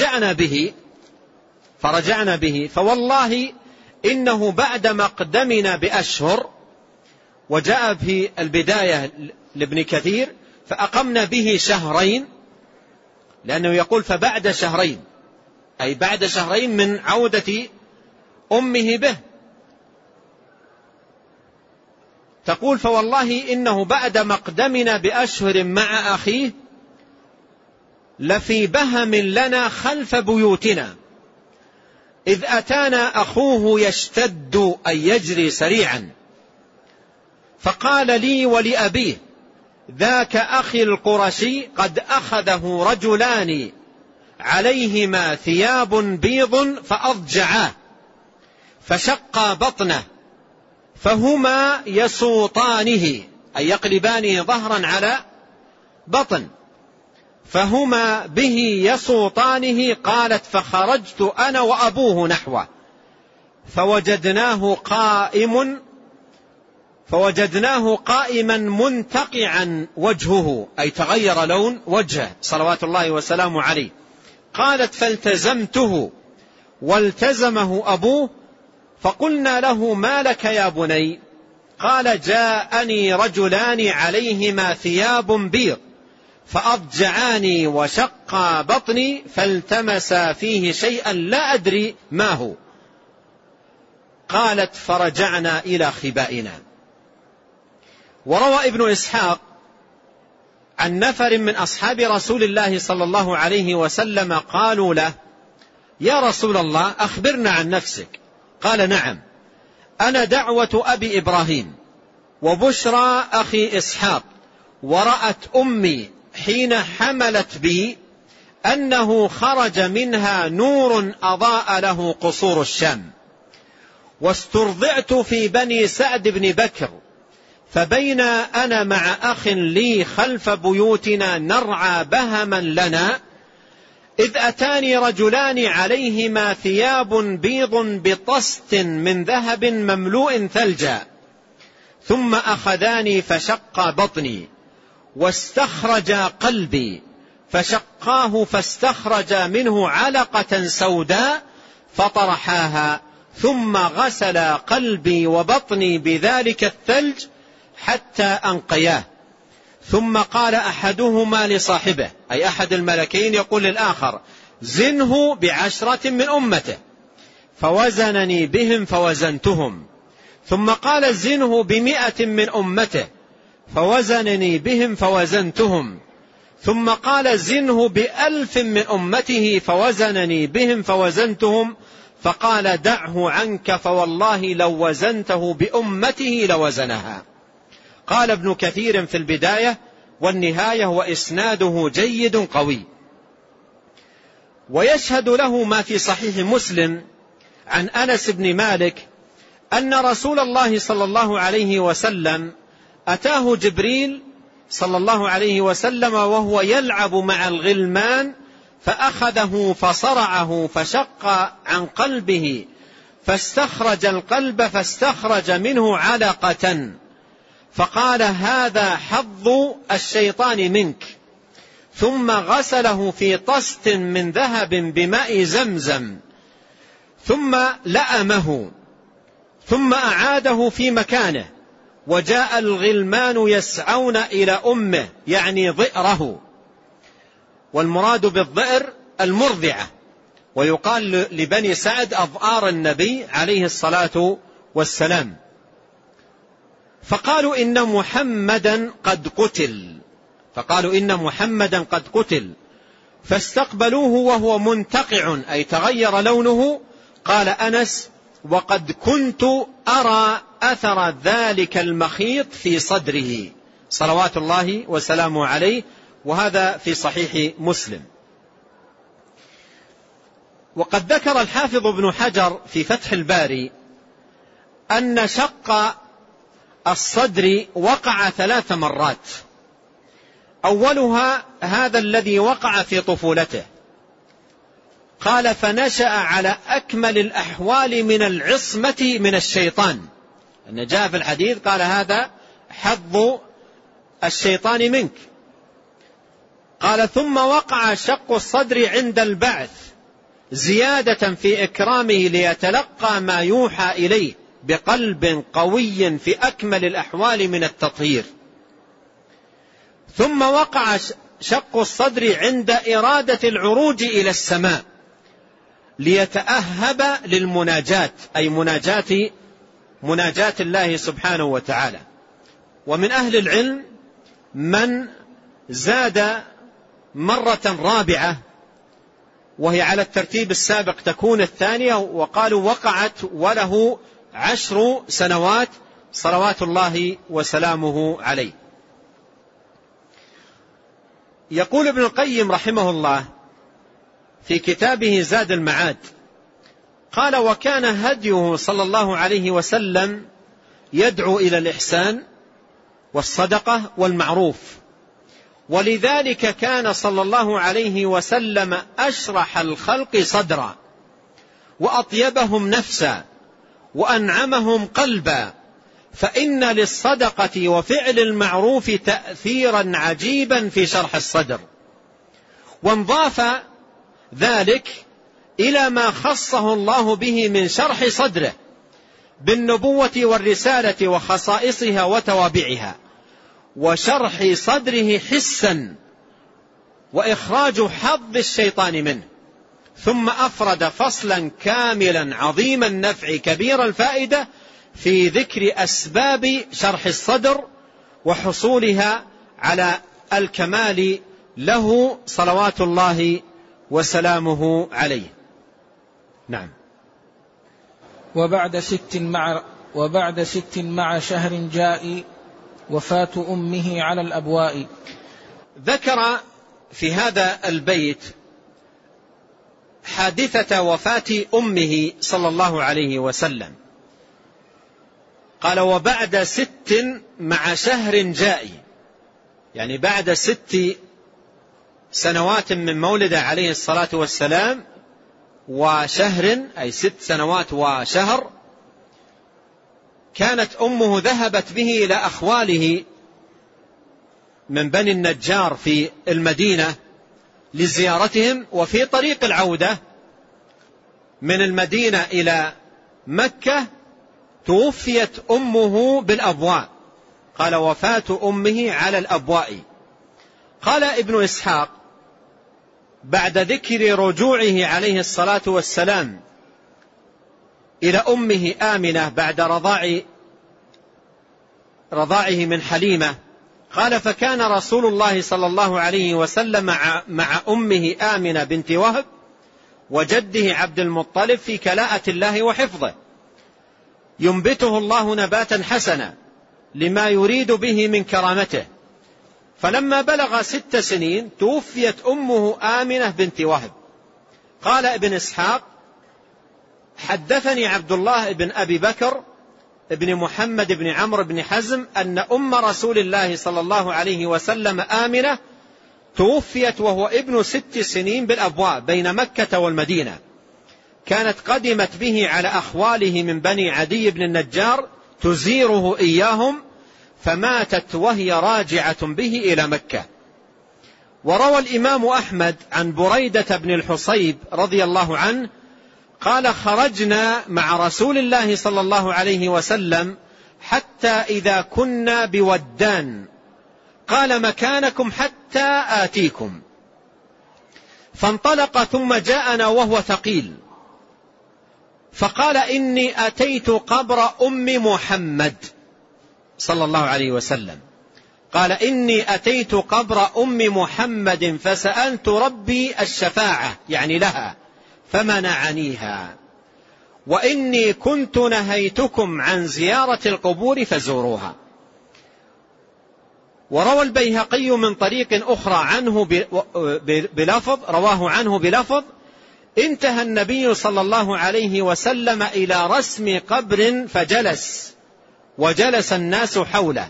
فرجعنا به فوالله إنه بعد مقدمنا بأشهر، وجاء في البداية لابن كثير فأقمنا به 2 شهر، لأنه يقول فبعد شهرين أي بعد 2 شهر من عودة أمه به. تقول فوالله إنه بعد مقدمنا بأشهر مع أخيه لفي بهم لنا خلف بيوتنا، إذ أتانا أخوه يشتد أي يجري سريعا، فقال لي ولأبيه ذاك أخي القرشي قد أخذه رجلان عليهما ثياب بيض فأضجعاه، فشق بطنه، فهما يسوطانه أي يقلبانه ظهرا على بطن، فهما به يسوطانه. قالت فخرجت أنا وأبوه نحوه فوجدناه قائما منتقعا وجهه أي تغير لون وجهه صلوات الله وسلامه عليه. قالت فالتزمته والتزمه أبوه، فقلنا له ما لك يا بني؟ قال جاءني رجلان عليهما ثياب بيض فأضجعاني وشق بطني فالتمسا فيه شيئا لا أدري ما هو. قالت فرجعنا إلى خبائنا. وروى ابن إسحاق عن نفر من أصحاب رسول الله صلى الله عليه وسلم قالوا له يا رسول الله أخبرنا عن نفسك. قال نعم، أنا دعوة أبي إبراهيم وبشرى أخي إسحاق، ورأت أمي حين حملت بي أنه خرج منها نور أضاء له قصور الشام، واسترضعت في بني سعد بن بكر، فبين أنا مع أخ لي خلف بيوتنا نرعى بهما لنا، إذ أتاني رجلان عليهما ثياب بيض بطست من ذهب مملوء ثلجا، ثم أخذاني فشق بطني واستخرجا قلبي، فشقاه فاستخرج منه علقة سوداء فطرحاها، ثم غسل قلبي وبطني بذلك الثلج حتى أنقياه. ثم قال أحدهما لصاحبه أي أحد الملكين يقول للآخر زنه ب10 من أمته، فوزنني بهم فوزنتهم. ثم قال زنه ب100 من أمته، فوزنني بهم فوزنتهم. ثم قال زنه ب1000 من أمته فوزنني بهم فوزنتهم، فقال دعه عنك فوالله لو وزنته بأمته لوزنها. قال ابن كثير في البداية والنهاية وإسناده جيد قوي. ويشهد له ما في صحيح مسلم عن أنس بن مالك أن رسول الله صلى الله عليه وسلم أتاه جبريل صلى الله عليه وسلم وهو يلعب مع الغلمان فأخذه فصرعه فشق عن قلبه فاستخرج القلب فاستخرج منه علقة، فقال هذا حظ الشيطان منك، ثم غسله في طست من ذهب بماء زمزم ثم لأمه ثم أعاده في مكانه، وجاء الغلمان يسعون إلى أمه يعني ضئره، والمراد بالضئر المرضعة، ويقال لبني سعد أضآر النبي عليه الصلاة والسلام، فقالوا إن محمدا قد قتل، فاستقبلوه وهو منتقع أي تغير لونه. قال أنس وقد كنت أرى أثر ذلك المخيط في صدره صلوات الله وسلامه عليه، وهذا في صحيح مسلم. وقد ذكر الحافظ ابن حجر في فتح الباري أن شق الصدر وقع 3 مرات، أولها هذا الذي وقع في طفولته، قال فنشأ على أكمل الأحوال من العصمة من الشيطان، أن جاء في الحديث قال هذا حظ الشيطان منك. قال ثم وقع شق الصدر عند البعث زيادة في إكرامه ليتلقى ما يوحى إليه بقلب قوي في أكمل الأحوال من التطهير. ثم وقع شق الصدر عند إرادة العروج إلى السماء ليتأهب للمناجاة، أي مناجاة الله سبحانه وتعالى. ومن أهل العلم من زاد مرة رابعة وهي على الترتيب السابق تكون الثانية، وقالوا وقعت وله 10 سنوات صلوات الله وسلامه عليه. يقول ابن القيم رحمه الله في كتابه زاد المعاد قال وكان هديه صلى الله عليه وسلم يدعو إلى الإحسان والصدقة والمعروف، ولذلك كان صلى الله عليه وسلم أشرح الخلق صدرا وأطيبهم نفسا وأنعمهم قلبا، فإن للصدقة وفعل المعروف تأثيرا عجيبا في شرح الصدر. وانضاف ذلك إلى ما خصه الله به من شرح صدره بالنبوة والرسالة وخصائصها وتوابعها، وشرح صدره حسا وإخراج حظ الشيطان منه. ثم أفرد فصلا كاملا عظيم النفع كبير الفائدة في ذكر أسباب شرح الصدر وحصولها على الكمال له صلوات الله وسلامه عليه. نعم. وبعد 6 مع شهر جاء وفاة أمه على الأبواء. ذكر في هذا البيت حادثة وفاة أمه صلى الله عليه وسلم. قال وبعد 6 مع شهر جاء، يعني بعد 6 سنوات من مولده عليه الصلاة والسلام وشهر، أي 6 سنوات وشهر، كانت أمه ذهبت به إلى أخواله من بني النجار في المدينة لزيارتهم، وفي طريق العودة من المدينة إلى مكة توفيت أمه بالأبواء. قال وفاة أمه على الأبواء. قال ابن إسحاق بعد ذكر رجوعه عليه الصلاة والسلام إلى أمه آمنة بعد رضاعه من حليمة قال: فكان رسول الله صلى الله عليه وسلم مع أمه آمنة بنت وهب وجده عبد المطلب في كلاءة الله وحفظه، ينبته الله نباتا حسنا لما يريد به من كرامته. فلما بلغ 6 سنين توفيت أمه آمنة بنت وهب. قال ابن إسحاق: حدثني عبد الله بن أبي بكر ابن محمد بن عمرو بن حزم أن أم رسول الله صلى الله عليه وسلم آمنة توفيت وهو ابن 6 سنين بالأبواء بين مكة والمدينة، كانت قدمت به على أخواله من بني عدي بن النجار تزيره إياهم، فماتت وهي راجعة به إلى مكة. وروى الإمام أحمد عن بريدة بن الحصيب رضي الله عنه قال: خرجنا مع رسول الله صلى الله عليه وسلم حتى إذا كنا بودان قال: مكانكم حتى آتيكم. فانطلق ثم جاءنا وهو ثقيل، فقال: إني أتيت قبر أم محمد صلى الله عليه وسلم. قال: إني أتيت قبر أم محمد فسألت ربي الشفاعة يعني لها فمنعنيها، وإني كنت نهيتكم عن زيارة القبور فزوروها. وروى البيهقي من طريق أخرى عنه بلفظ، رواه عنه بلفظ: انتهى النبي صلى الله عليه وسلم إلى رسم قبر فجلس، وجلس الناس حوله،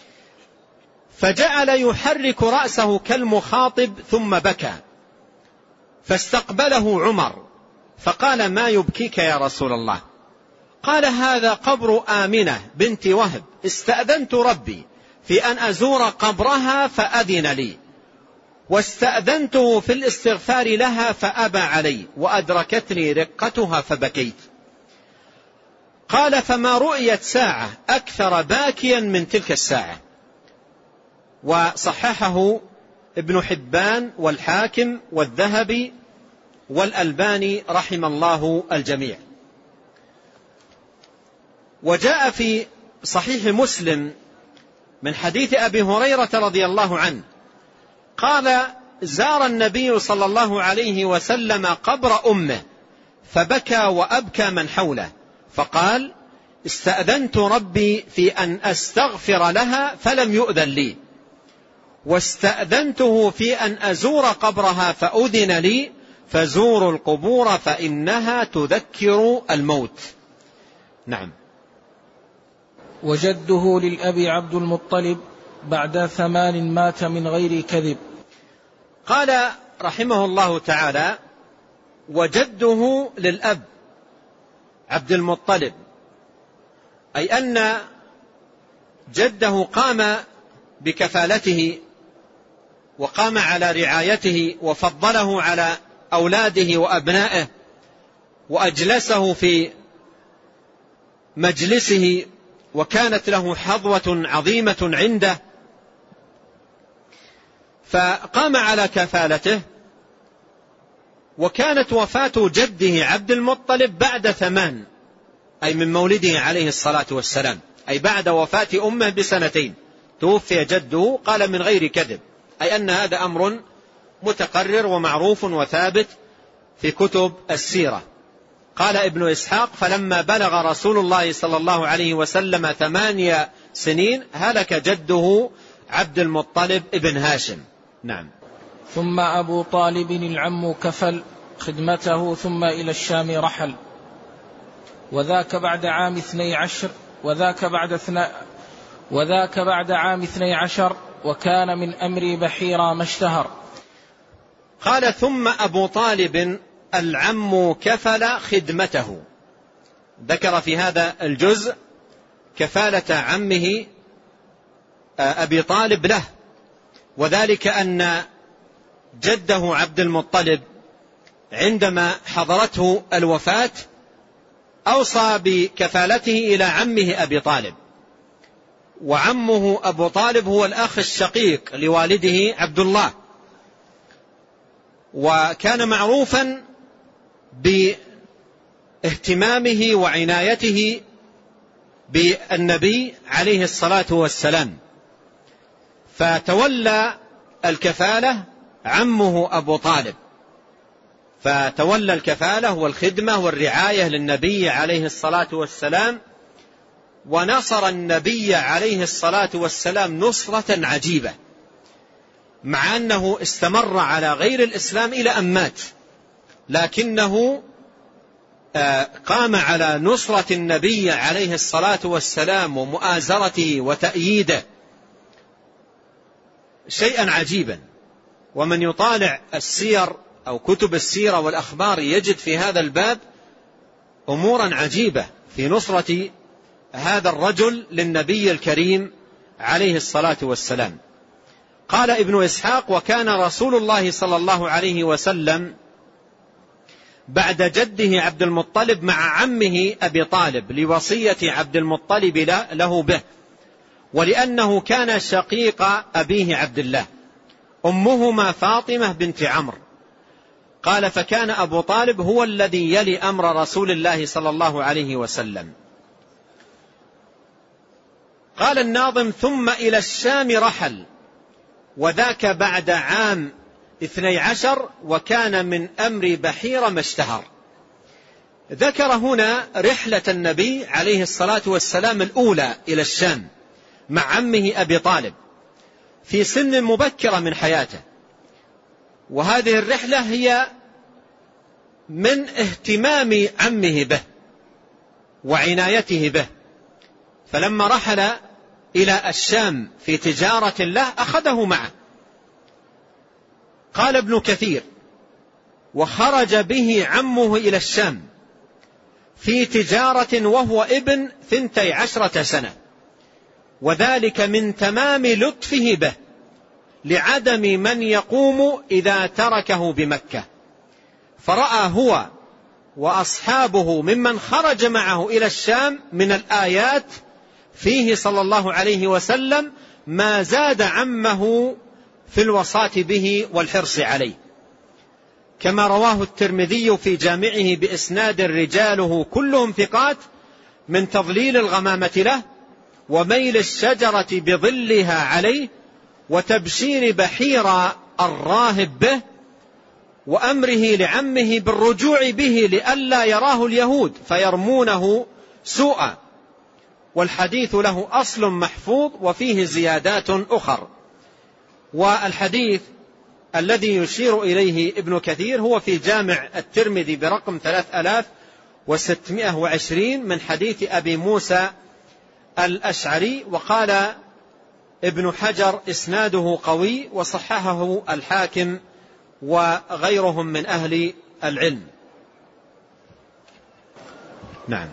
فجعل يحرك رأسه كالمخاطب ثم بكى، فاستقبله عمر فقال: ما يبكيك يا رسول الله؟ قال: هذا قبر آمنة بنت وهب، استأذنت ربي في أن أزور قبرها فأذن لي، واستأذنته في الاستغفار لها فأبى علي، وأدركتني رقتها فبكيت. قال: فما رؤيت ساعة أكثر باكيا من تلك الساعة. وصححه ابن حبان والحاكم والذهبي والألباني رحم الله الجميع. وجاء في صحيح مسلم من حديث أبي هريرة رضي الله عنه قال: زار النبي صلى الله عليه وسلم قبر أمه فبكى وأبكى من حوله، فقال: استأذنت ربي في أن أستغفر لها فلم يؤذن لي، واستأذنته في أن أزور قبرها فأذن لي، فزوروا القبور فإنها تذكر الموت. نعم. وجده للأبي عبد المطلب بعد 8 مات من غير كذب. قال رحمه الله تعالى: وجده للأب عبد المطلب، أي أن جده قام بكفالته وقام على رعايته وفضله على أولاده وأبنائه، وأجلسه في مجلسه، وكانت له حظوة عظيمة عنده، فقام على كفالته. وكانت وفاة جده عبد المطلب بعد 8، أي من مولده عليه الصلاة والسلام، أي بعد وفاة أمه ب2 توفي جده، قال من غير كذب، أي أن هذا أمر متقرر ومعروف وثابت في كتب السيرة. قال ابن إسحاق: فلما بلغ رسول الله صلى الله عليه وسلم 8 سنين هلك جده عبد المطلب ابن هاشم. نعم. ثم أبو طالب العم كفل خدمته ثم إلى الشام رحل، وذاك بعد عام 12، وذاك بعد عام 12، وكان من أمر بحيرا ما اشتهر. قال: ثم أبو طالب العم كفل خدمته، ذكر في هذا الجزء كفالة عمه أبي طالب له، وذلك أن جده عبد المطلب عندما حضرته الوفاة أوصى بكفالته إلى عمه أبي طالب، وعمه أبو طالب هو الأخ الشقيق لوالده عبد الله، وكان معروفا باهتمامه وعنايته بالنبي عليه الصلاة والسلام، فتولى الكفالة عمه أبو طالب، فتولى الكفالة والخدمة والرعاية للنبي عليه الصلاة والسلام، ونصر النبي عليه الصلاة والسلام نصرة عجيبة، مع أنه استمر على غير الإسلام إلى أن مات، لكنه قام على نصرة النبي عليه الصلاة والسلام ومؤازرته وتأييده شيئا عجيبا. ومن يطالع السير أو كتب السيرة والأخبار يجد في هذا الباب أمورا عجيبة في نصرة هذا الرجل للنبي الكريم عليه الصلاة والسلام. قال ابن إسحاق: وكان رسول الله صلى الله عليه وسلم بعد جده عبد المطلب مع عمه أبي طالب لوصية عبد المطلب له به، ولأنه كان شقيق أبيه عبد الله، أمهما فاطمة بنت عمرو. قال: فكان أبو طالب هو الذي يلي أمر رسول الله صلى الله عليه وسلم. قال الناظم: ثم إلى الشام رحل، وذاك بعد عام 12، وكان من أمر بحير ما اشتهر. ذكر هنا رحلة النبي عليه الصلاة والسلام الأولى إلى الشام مع عمه أبي طالب في سن مبكرة من حياته، وهذه الرحلة هي من اهتمام عمه به وعنايته به، فلما رحل إلى الشام في تجارة له أخذه معه. قال ابن كثير: وخرج به عمه إلى الشام في تجارة وهو ابن 12 سنة، وذلك من تمام لطفه به لعدم من يقوم إذا تركه بمكة، فرأى هو وأصحابه ممن خرج معه إلى الشام من الآيات فيه صلى الله عليه وسلم ما زاد عمه في الوصاة به والحرص عليه، كما رواه الترمذي في جامعه بإسناد رجاله كلهم ثقات من تضليل الغمامة له، وميل الشجرة بظلها عليه، وتبشير بحير الراهب به، وأمره لعمه بالرجوع به لئلا يراه اليهود فيرمونه سوءا. والحديث له أصل محفوظ وفيه زيادات أخر. والحديث الذي يشير إليه ابن كثير هو في جامع الترمذي برقم 3620 من حديث أبي موسى الأشعري. وقال ابن حجر: إسناده قوي، وصححه الحاكم وغيرهم من أهل العلم. نعم.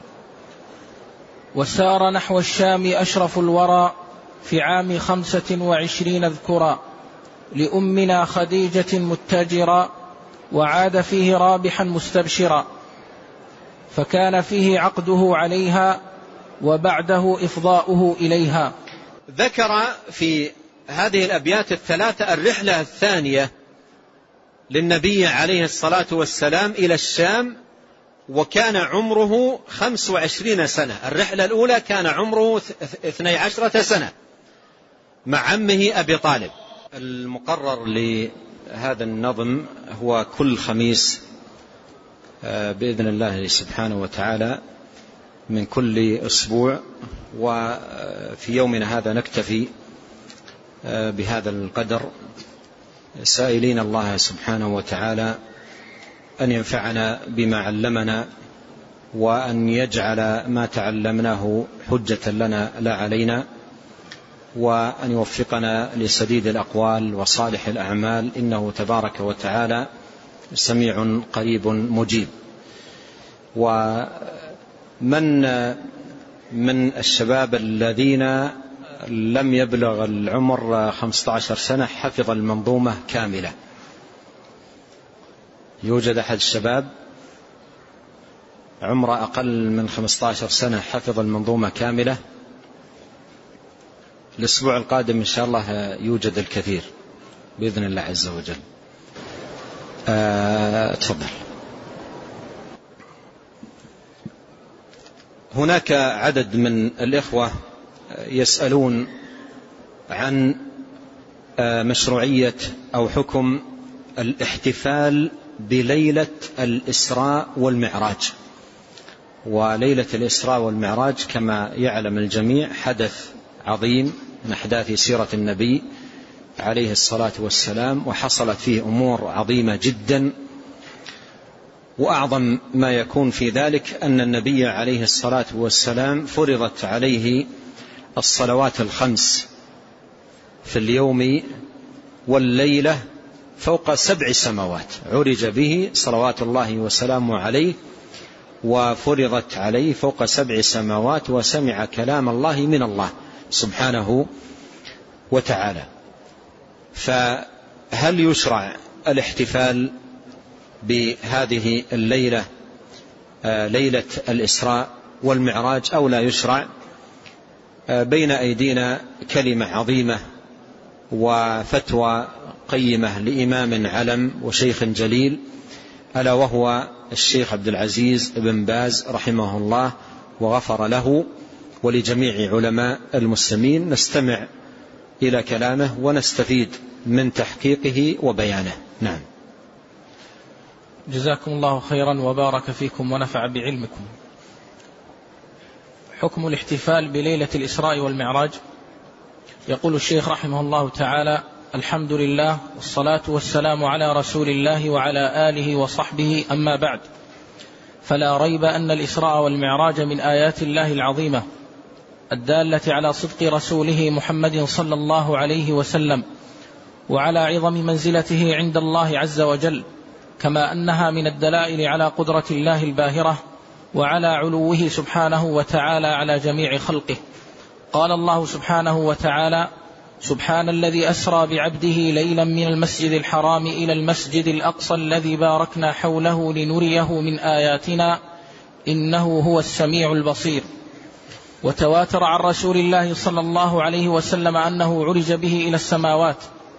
وسار نحو الشام أشرف الورى في عام 25 اذكرا، لأمنا خديجة متجرا، وعاد فيه رابحا مستبشرا، فكان فيه عقده عليها وبعده إفضاؤه إليها. ذكر في هذه الأبيات الثلاثة الرحلة الثانية للنبي عليه الصلاة والسلام إلى الشام، وكان عمره 25 سنة. الرحلة الأولى كان عمره 12 سنة مع عمه أبي طالب. المقرر لهذا النظم هو كل خميس بإذن الله سبحانه وتعالى من كل أسبوع، وفي يومنا هذا نكتفي بهذا القدر، سائلين الله سبحانه وتعالى أن ينفعنا بما علمنا، وأن يجعل ما تعلمناه حجة لنا لا علينا، وأن يوفقنا لسديد الأقوال وصالح الأعمال، إنه تبارك وتعالى سميع قريب مجيب. ومن الشباب الذين لم يبلغ العمر 15 سنة حفظ المنظومة كاملة؟ يوجد أحد الشباب عمره أقل من 15 سنة حفظ المنظومة كاملة؟ الأسبوع القادم إن شاء الله يوجد الكثير بإذن الله عز وجل. تفضل. هناك عدد من الإخوة يسألون عن مشروعية أو حكم الاحتفال بليلة الإسراء والمعراج. وليلة الإسراء والمعراج كما يعلم الجميع حدث عظيم من أحداث سيرة النبي عليه الصلاة والسلام، وحصلت فيه أمور عظيمة جدا، وأعظم ما يكون في ذلك أن النبي عليه الصلاة والسلام فرضت عليه الصلوات الخمس في اليوم والليلة فوق 7 سماوات، عرج به صلوات الله وسلامه عليه وفرضت عليه فوق 7 سماوات، وسمع كلام الله من الله سبحانه وتعالى. فهل يشرع الاحتفال بهذه الليلة ليلة الإسراء والمعراج أو لا يشرع؟ بين أيدينا كلمة عظيمة وفتوى قيمة لإمام علم وشيخ جليل، ألا وهو الشيخ عبد العزيز بن باز رحمه الله وغفر له ولجميع علماء المسلمين. نستمع إلى كلامه ونستفيد من تحقيقه وبيانه. نعم. جزاكم الله خيرا وبارك فيكم ونفع بعلمكم. حكم الاحتفال بليلة الإسراء والمعراج. يقول الشيخ رحمه الله تعالى: الحمد لله والصلاة والسلام على رسول الله وعلى آله وصحبه، أما بعد، فلا ريب أن الإسراء والمعراج من آيات الله العظيمة الدالة على صدق رسوله محمد صلى الله عليه وسلم وعلى عظم منزلته عند الله عز وجل، كما أنها من الدلائل على قدرة الله الباهرة وعلى علوه سبحانه وتعالى على جميع خلقه. قال الله سبحانه وتعالى: سبحان الذي أسرى بعبده ليلا من المسجد الحرام إلى المسجد الأقصى الذي باركنا حوله لنريه من آياتنا إنه هو السميع البصير. وتواتر عن رسول الله صلى الله عليه وسلم أنه عرج به إلى السماوات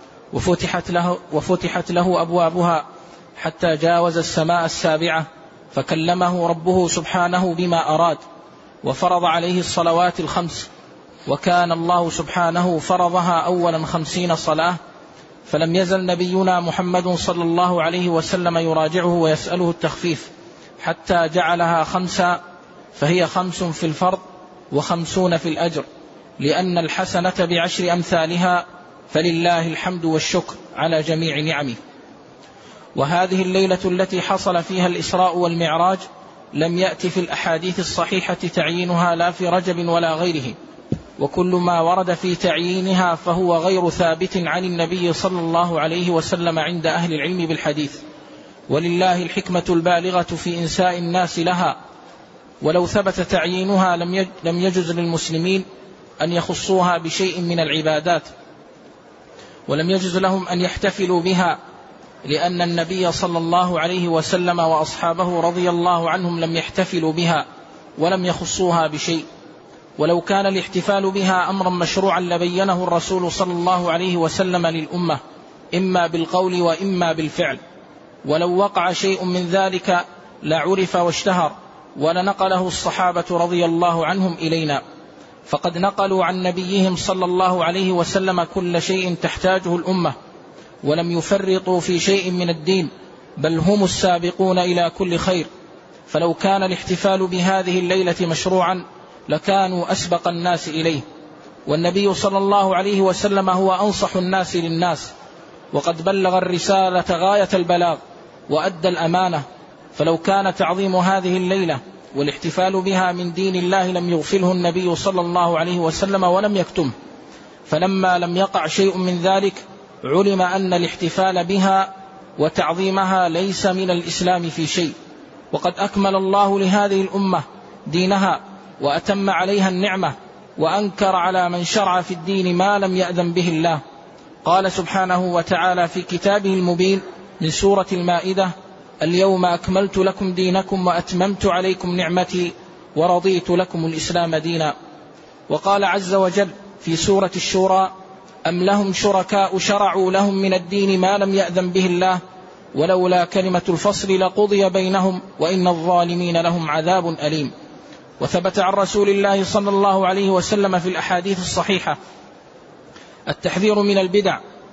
وفتحت له أبوابها حتى جاوز السماء السابعة، فكلمه ربه سبحانه بما أراد، وفرض عليه الصلوات الخمس، وكان الله سبحانه فرضها أولا 50 صلاة، فلم يزل نبينا محمد صلى الله عليه وسلم يراجعه ويسأله التخفيف حتى جعلها 5، فهي 5 في الفرض و50 في الأجر، لأن الحسنة ب10 أمثالها، فلله الحمد والشكر على جميع نعمه. وهذه الليلة التي حصل فيها الإسراء والمعراج لم يأتي في الأحاديث الصحيحة تعيينها لا في رجب ولا غيره، وكل ما ورد في تعيينها فهو غير ثابت عن النبي صلى الله عليه وسلم عند أهل العلم بالحديث، ولله الحكمة البالغة في إنساء الناس لها. ولو ثبت تعيينها لم يجز للمسلمين أن يخصوها بشيء من العبادات، ولم يجز لهم أن يحتفلوا بها، لأن النبي صلى الله عليه وسلم وأصحابه رضي الله عنهم لم يحتفلوا بها ولم يخصوها بشيء. ولو كان الاحتفال بها أمرا مشروعا لبينه الرسول صلى الله عليه وسلم للأمة إما بالقول وإما بالفعل، ولو وقع شيء من ذلك لعرف واشتهر ولنقله الصحابة رضي الله عنهم إلينا، فقد نقلوا عن نبيهم صلى الله عليه وسلم كل شيء تحتاجه الأمة، ولم يفرطوا في شيء من الدين، بل هم السابقون إلى كل خير. فلو كان الاحتفال بهذه الليلة مشروعا لكانوا أسبق الناس إليه، والنبي صلى الله عليه وسلم هو أنصح الناس للناس، وقد بلغ الرسالة غاية البلاغ وأدى الأمانة. فلو كان تعظيم هذه الليلة والاحتفال بها من دين الله لم يغفله النبي صلى الله عليه وسلم ولم يكتمه، فلما لم يقع شيء من ذلك علم أن الاحتفال بها وتعظيمها ليس من الإسلام في شيء، وقد أكمل الله لهذه الأمة دينها وأتم عليها النعمة، وأنكر على من شرع في الدين ما لم يأذن به الله. قال سبحانه وتعالى في كتابه المبين من سورة المائدة: اليوم أكملت لكم دينكم وأتممت عليكم نعمتي ورضيت لكم الإسلام دينا. وقال عز وجل في سورة الشورى: أم لهم شركاء شرعوا لهم من الدين ما لم يأذن به الله ولولا كلمة الفصل لقضي بينهم وإن الظالمين لهم عذاب أليم. وثبت عن رسول الله صلى الله عليه وسلم في الأحاديث الصحيحة التحذير من البدع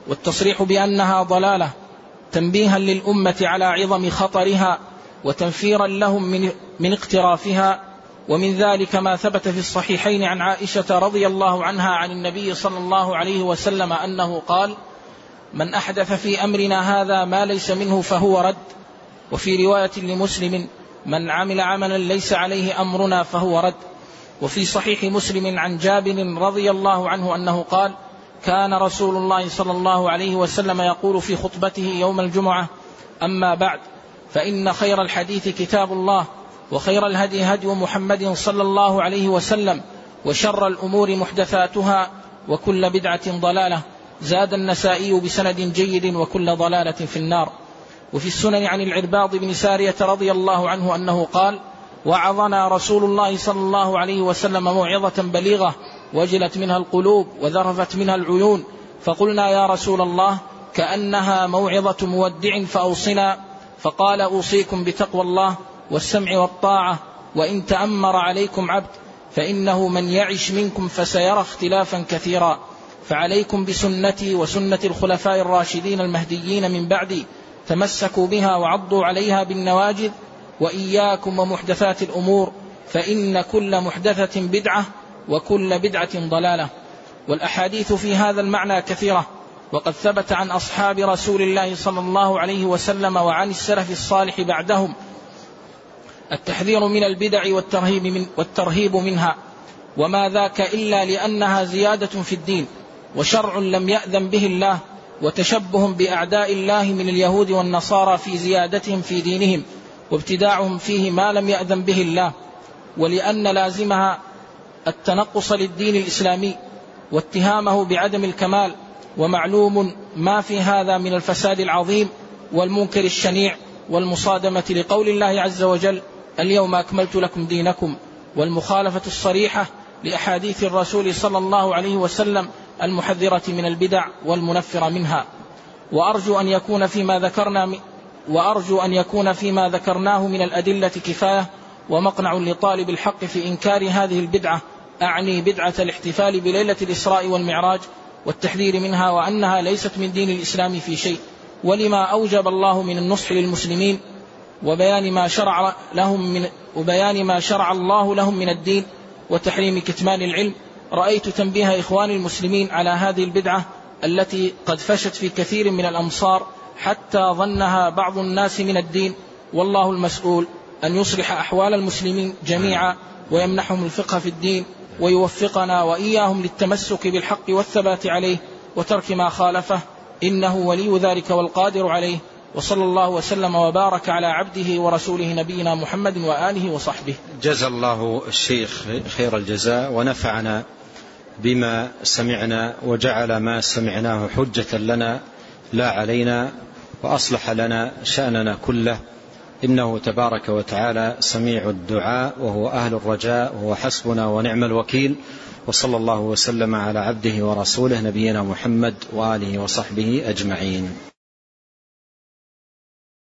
والتصريح بأنها ضلالة تنبيها للأمة على عظم خطرها وتنفيرا لهم من اقترافها. ومن ذلك ما ثبت في الصحيحين عن عائشة رضي الله عنها عن النبي صلى الله عليه وسلم أنه قال: من أحدث في أمرنا هذا ما ليس منه فهو رد. وفي رواية لمسلم: من عمل عملا ليس عليه أمرنا فهو رد. وفي صحيح مسلم عن جابر رضي الله عنه أنه قال: كان رسول الله صلى الله عليه وسلم يقول في خطبته يوم الجمعة: أما بعد، فإن خير الحديث كتاب الله، وخير الهدي هدي محمد صلى الله عليه وسلم، وشر الأمور محدثاتها، وكل بدعة ضلالة. زاد النسائي بسند جيد: وكل ضلالة في النار. وفي السنن عن العرباض بن سارية رضي الله عنه أنه قال: وعظنا رسول الله صلى الله عليه وسلم موعظة بليغة وجلت منها القلوب وذرفت منها العيون، فقلنا: يا رسول الله، كأنها موعظة مودع فأوصنا. فقال: أوصيكم بتقوى الله والسمع والطاعة، وإن تأمر عليكم عبد، فإنه من يعش منكم فسيرى اختلافا كثيرا، فعليكم بسنتي وسنة الخلفاء الراشدين المهديين من بعدي، تمسكوا بها وعضوا عليها بالنواجذ، وإياكم ومحدثات الأمور، فإن كل محدثة بدعة، وكل بدعة ضلالة. والأحاديث في هذا المعنى كثيرة، وقد ثبت عن أصحاب رسول الله صلى الله عليه وسلم وعن السلف الصالح بعدهم التحذير من البدع والترهيب منها، وما ذاك إلا لأنها زيادة في الدين، وشرع لم يأذن به الله، وتشبه بأعداء الله من اليهود والنصارى في زيادتهم في دينهم وابتداعهم فيه ما لم يأذن به الله، ولأن لازمها التنقص للدين الإسلامي واتهامه بعدم الكمال. ومعلوم ما في هذا من الفساد العظيم والمنكر الشنيع والمصادمة لقول الله عز وجل: اليوم أكملت لكم دينكم، والمخالفة الصريحة لأحاديث الرسول صلى الله عليه وسلم المحذرة من البدع والمنفرة منها. وأرجو أن يكون فيما ذكرناه من الأدلة كفاية ومقنع لطالب الحق في إنكار هذه البدعة، أعني بدعة الاحتفال بليلة الإسراء والمعراج، والتحذير منها، وأنها ليست من دين الإسلام في شيء، ولما أوجب الله من النصح للمسلمين وبيان ما شرع الله لهم من الدين وتحريم كتمان العلم. رأيت تنبيه إخوان المسلمين على هذه البدعة التي قد فشت في كثير من الأمصار حتى ظنها بعض الناس من الدين، والله المسؤول أن يصلح أحوال المسلمين جميعا ويمنحهم الفقه في الدين، ويوفقنا وإياهم للتمسك بالحق والثبات عليه وترك ما خالفه، إنه ولي ذلك والقادر عليه. وصلى الله وسلم وبارك على عبده ورسوله نبينا محمد وآله وصحبه. جزى الله الشيخ خير الجزاء، ونفعنا بما سمعنا، وجعل ما سمعناه حجة لنا لا علينا، وأصلح لنا شأننا كله، إنه تبارك وتعالى سميع الدعاء، وهو أهل الرجاء، وهو حسبنا ونعم الوكيل. وصلى الله وسلم على عبده ورسوله نبينا محمد وآله وصحبه أجمعين.